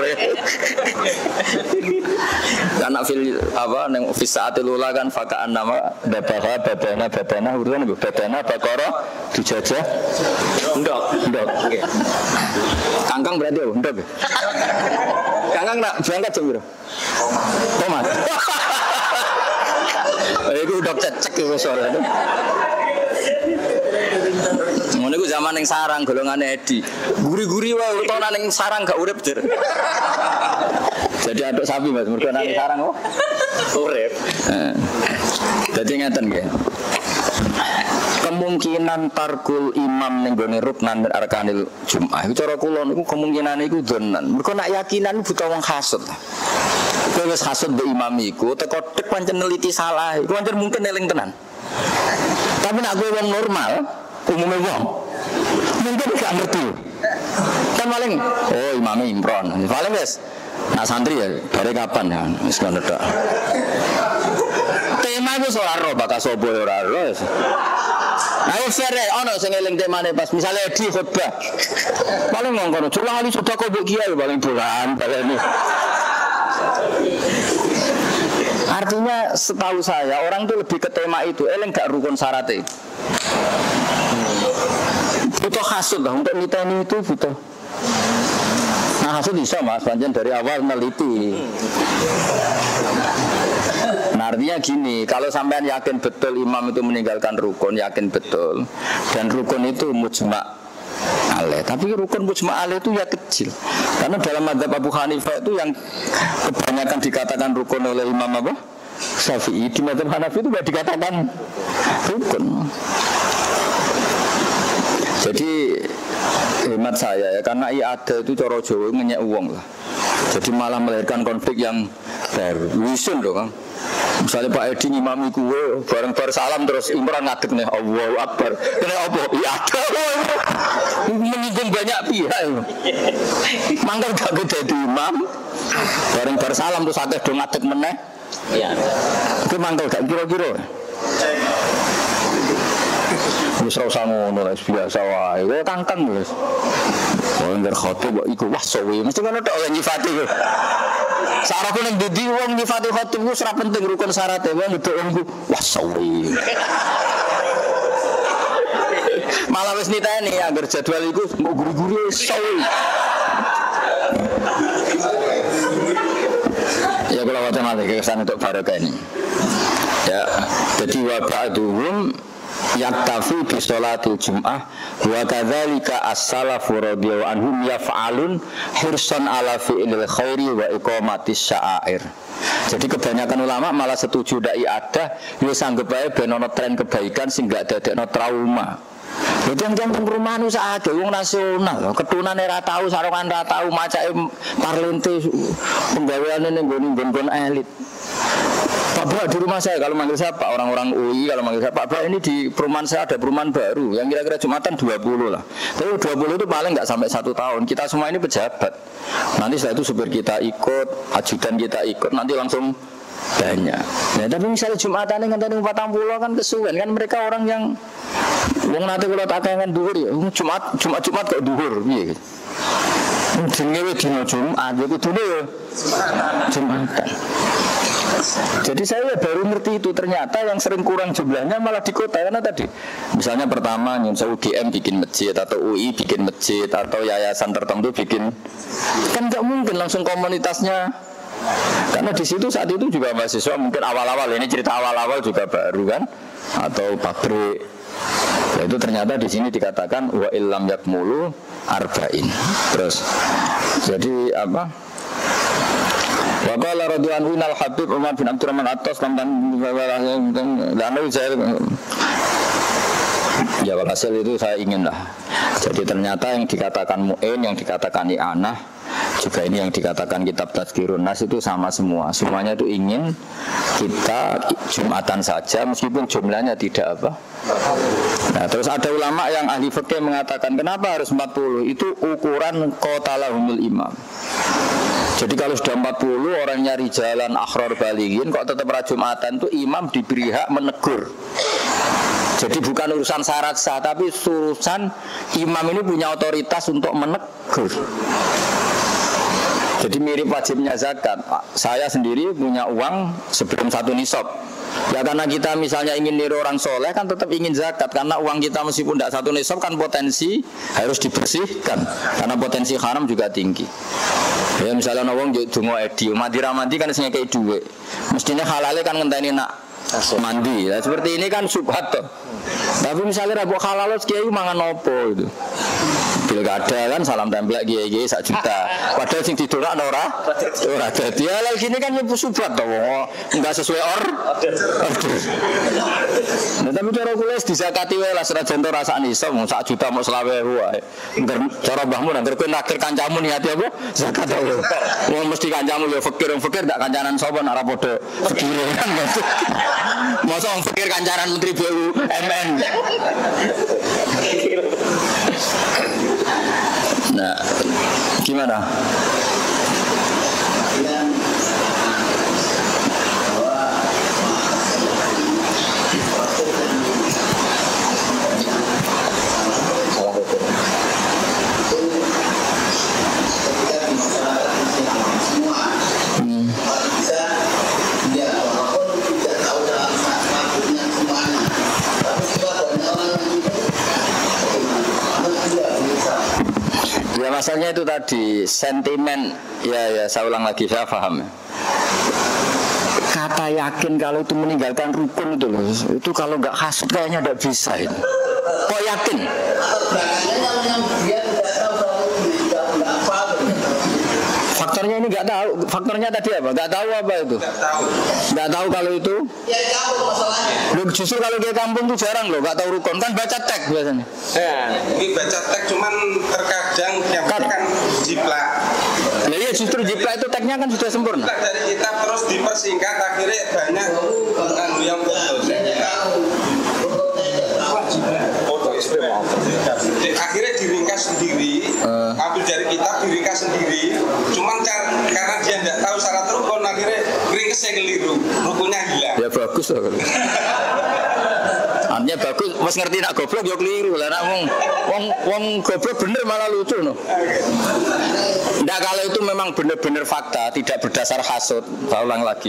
Karena fil apa ning fi saatil ula kan fakaan nama babaha badana badana urutan badana Baqarah dijajah. Ndok, ndok. Oke. Kangkang berarti apa? Ndok. Kangkang nak berangkat jam berapa? Tomat. Eh, itu udah cecek itu soalnya. Ngono iku zaman ning sarang golongane Edi. Guri-guri wae utawa ning sarang gak urip, Jer. Jadi aduk sapi Mas, mergo nang sarang kok urip. Heeh. Dadi ngeten nggih. Kemungkinan tarkul imam ning gone ruknan arkanil Jumat. Iku cara kula niku kemungkinane iku dhenan. Mergo nak yakinan buta wong hasud. Kowe wis hasud mbek imam iku teko tek pancen neliti salah. Iku pancen mungkin eling tenan. Tapi nak kowe wong normal, umume wong mungkin gak ngerti. Kan paling oh imame Imron. Paling wis nak santri ya dari kapan ya wis ngono tok. Tema iku ora ro bakal sapa ora ro. Ayo sere ono sing eling temane pas misale di khotbah. Paling ngono, cuma ali sedekah kok mbok kiai paling dolan baleni. Artinya setahu saya orang itu lebih ke tema itu, eling gak rukun syaratnya. Butuh hasud lah untuk niteni itu butuh. Nah hasud bisa Mas, panjang dari awal meneliti. Nah, artinya gini, kalau sampean yakin betul imam itu meninggalkan rukun, yakin betul, dan rukun itu mujma' alaih. Tapi rukun mujma' alaih itu ya kecil. Karena dalam madzhab Abu Hanifah itu yang kebanyakan dikatakan rukun oleh Imam apa? Syafi'i. Di madzhab Hanafi itu tidak dikatakan rukun. Jadi hemat saya ya, karena i'adah itu cara Jawa ngenyek uang lah. Jadi malah melahirkan konflik yang baru. Wisun loh kan. Misalnya Pak Edi ngimami kue bareng-bareng salam terus Imran ngadeg nih Allahu Akbar. Kena apa? I'adah. Menyinggung banyak pihak. Mangkel gak jadi imam. Bareng-bareng salam terus akeh do ngadeg meneh. Iya. Itu mangkel gak kira-kira. Wis ora usah ngono wis biasa wae. Kowe kangkang wis. Wong nder khotbah iku wah sowe. Mesti ngono tok ora nyifati. Saraku ning ndi wong nyifati khotbah wis ora penting rukun syarat e wong nduk wong wah sowe. Malah wis niteni anggar jadwal iku mbok guru-guru sowe. Ya kalau wacana lagi kesan untuk barokah ini. Ya, jadi wabah duhum yaktafi bi sholatil jum'ah wa kadzalika as-salafu radhiyallahu anhum yaf'alun hirsan ala fi'lil khairi wa iqamatis sya'air. Jadi kebanyakan ulama malah setuju dai ada ya sanggep ae ben ana tren kebaikan sing gak dadekno trauma. Lha jam-jam perumahan usaha ade wong nasional, ketunane ra tau, sarongan ra tau, macake parlente penggaweane ning nggon-nggon elit. Pak Bra di rumah saya kalau manggil saya Pak, orang-orang U I kalau manggil saya Pak Bra, ini di perumahan saya ada perumahan baru yang kira-kira Jumatan dua puluh lah. Tapi dua puluh itu paling nggak sampai satu tahun. Kita semua ini pejabat. Nanti setelah itu supir kita ikut, ajudan kita ikut, nanti langsung banyak. Nah, tapi misalnya Jumatan yang ngenteni empat puluh kan kesuwen kan mereka orang yang wong nanti kalau tak kangen dhuwur ya Jumat Jumat Jumat kok dhuwur piye gitu. Jenenge dina Jumat ya kudune ya Jumatan. Jadi saya baru ngerti itu ternyata yang sering kurang jumlahnya malah di kota karena tadi misalnya pertama Nyun Sewu G M bikin masjid atau U I bikin masjid atau yayasan tertentu bikin kan nggak mungkin langsung komunitasnya karena di situ saat itu juga mahasiswa mungkin awal-awal ini cerita awal-awal juga baru kan atau pabrik. Nah, itu ternyata di sini dikatakan wa illam yakmulu arba'in. Terus jadi apa? Wa qala radhiyallahu anhu Habib Umar bin Abdurrahman Attas dan lalu saya ya walhasil itu saya ingin lah. Jadi ternyata yang dikatakan mu'in, yang dikatakan i'anah juga ini yang dikatakan kitab Tazkirun Nas itu sama semua. Semuanya itu ingin kita Jumatan saja meskipun jumlahnya tidak apa. Nah, terus ada ulama yang ahli fikih mengatakan kenapa harus empat puluh? Itu ukuran qatalahumul imam. Jadi kalau sudah empat puluh orang nyari jalan akhror balighin kok tetap ra Jumatan itu imam diberi hak menegur. Jadi bukan urusan syarat sah tapi urusan imam ini punya otoritas untuk menegur. Jadi mirip wajibnya zakat. Saya sendiri punya uang sebelum satu nisab. Ya karena kita misalnya ingin niru orang soleh kan tetap ingin zakat. Karena uang kita meskipun tidak satu nisab kan potensi harus dibersihkan. Karena potensi haram juga tinggi. Ya misalnya orang dungo edi, mati ramadi kan isinya kayak duit. Mestinya halalnya kan ngenteni nak mandi. Nah, seperti ini kan subhat toh. Tapi misalnya rabu halal kiai mangan opo itu. Pilkada kan salam tempel kiai-kiai sak juta. Padahal sing didolak ora ora dadi. Ya lha gini kan nyepu subhat toh. Enggak sesuai or. Nah, tapi cara kula dizakati wae lah senajan to rasane iso mung sak juta mau selawe wae. Ngger cara mbahmu nang kowe nakir kancamu niati apa? Zakat wae. Wong mesti kancamu ya fakir wong fakir ndak kancanan sapa nek ora padha fakir kan. Masa wong fakir kancanan Menteri B U M N. Nah, gimana? Ya masalahnya itu tadi sentimen ya ya saya ulang lagi saya paham ya. Kata yakin kalau itu meninggalkan rukun itu loh itu kalau nggak hasud kayaknya nggak bisa itu. Kok yakin? Faktornya ini nggak tahu. Faktornya tadi apa? Nggak tahu apa itu? Nggak tahu. Nggak tahu kalau itu? Ya tahu masalahnya. Loh, justru kalau dia kampung tuh jarang loh, nggak tahu rukun kan baca teks biasanya. Ya, ini baca teks cuman terkadang yang kan, kan jiplak. Nah iya justru jiplak itu teksnya kan sudah sempurna. Jiplak dari kitab terus dipersingkat akhirnya banyak anu yang putus. Akhirnya diringkas sendiri, uh. ambil dari kitab diringkas sendiri. Cuman karena dia tidak tahu syarat rukun, akhirnya ringkasnya keliru, rukunnya hilang. Ya bagus lah kalau. Artinya bagus, mas ngerti nak goblok ya keliru lah. Nak wong wong wong goblok bener malah lucu no. Nggak kalau itu memang bener-bener fakta, tidak berdasar hasud. Saya ulang lagi.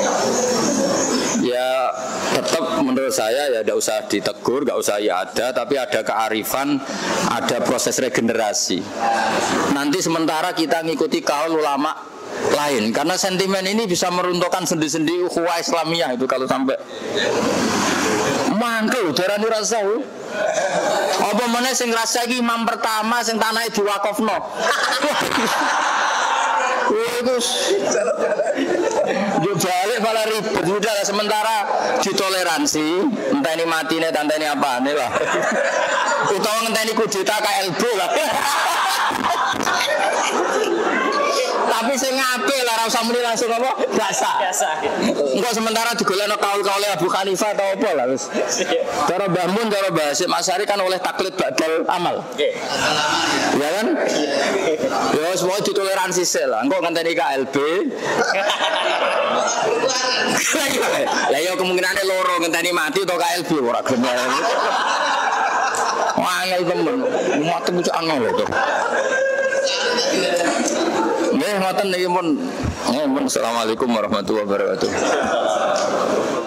Ya tetap menurut saya ya tidak usah ditegur, nggak usah ya ada, tapi ada kearifan, ada proses regenerasi. Nanti sementara kita ngikuti kaul ulama lain, karena sentimen ini bisa meruntuhkan sendi-sendi ukhuwah Islamiyah itu kalau sampai mangkel darani rasa. Apa meneh sing rasa iki imam pertama sing tanahe diwakofno. Terus yo balik malah ribet udah sementara ditoleransi enteni matine tanteni apane lah. Utawa ngenteni kudeta K L B lah. Tapi sing apik lah ora usah muni langsung apa? Biasa. Biasa. Engko sementara digolekno kaul-kaule Abu Hanifah atau apa lah wis. Cara Mbah Mun, cara Mbah Hasyim Asy'ari kan oleh taklid badal amal. Nggih. Ya kan? Ya wis mau ditoleransi sel lah. Engko ngenteni K L B. Lah ya kemungkinane loro ngenteni mati atau K L B ora gelem. Wah, angel temen. Mati ku angel lho. Nggih, ngoten niki pun. Assalamualaikum warahmatullahi wabarakatuh.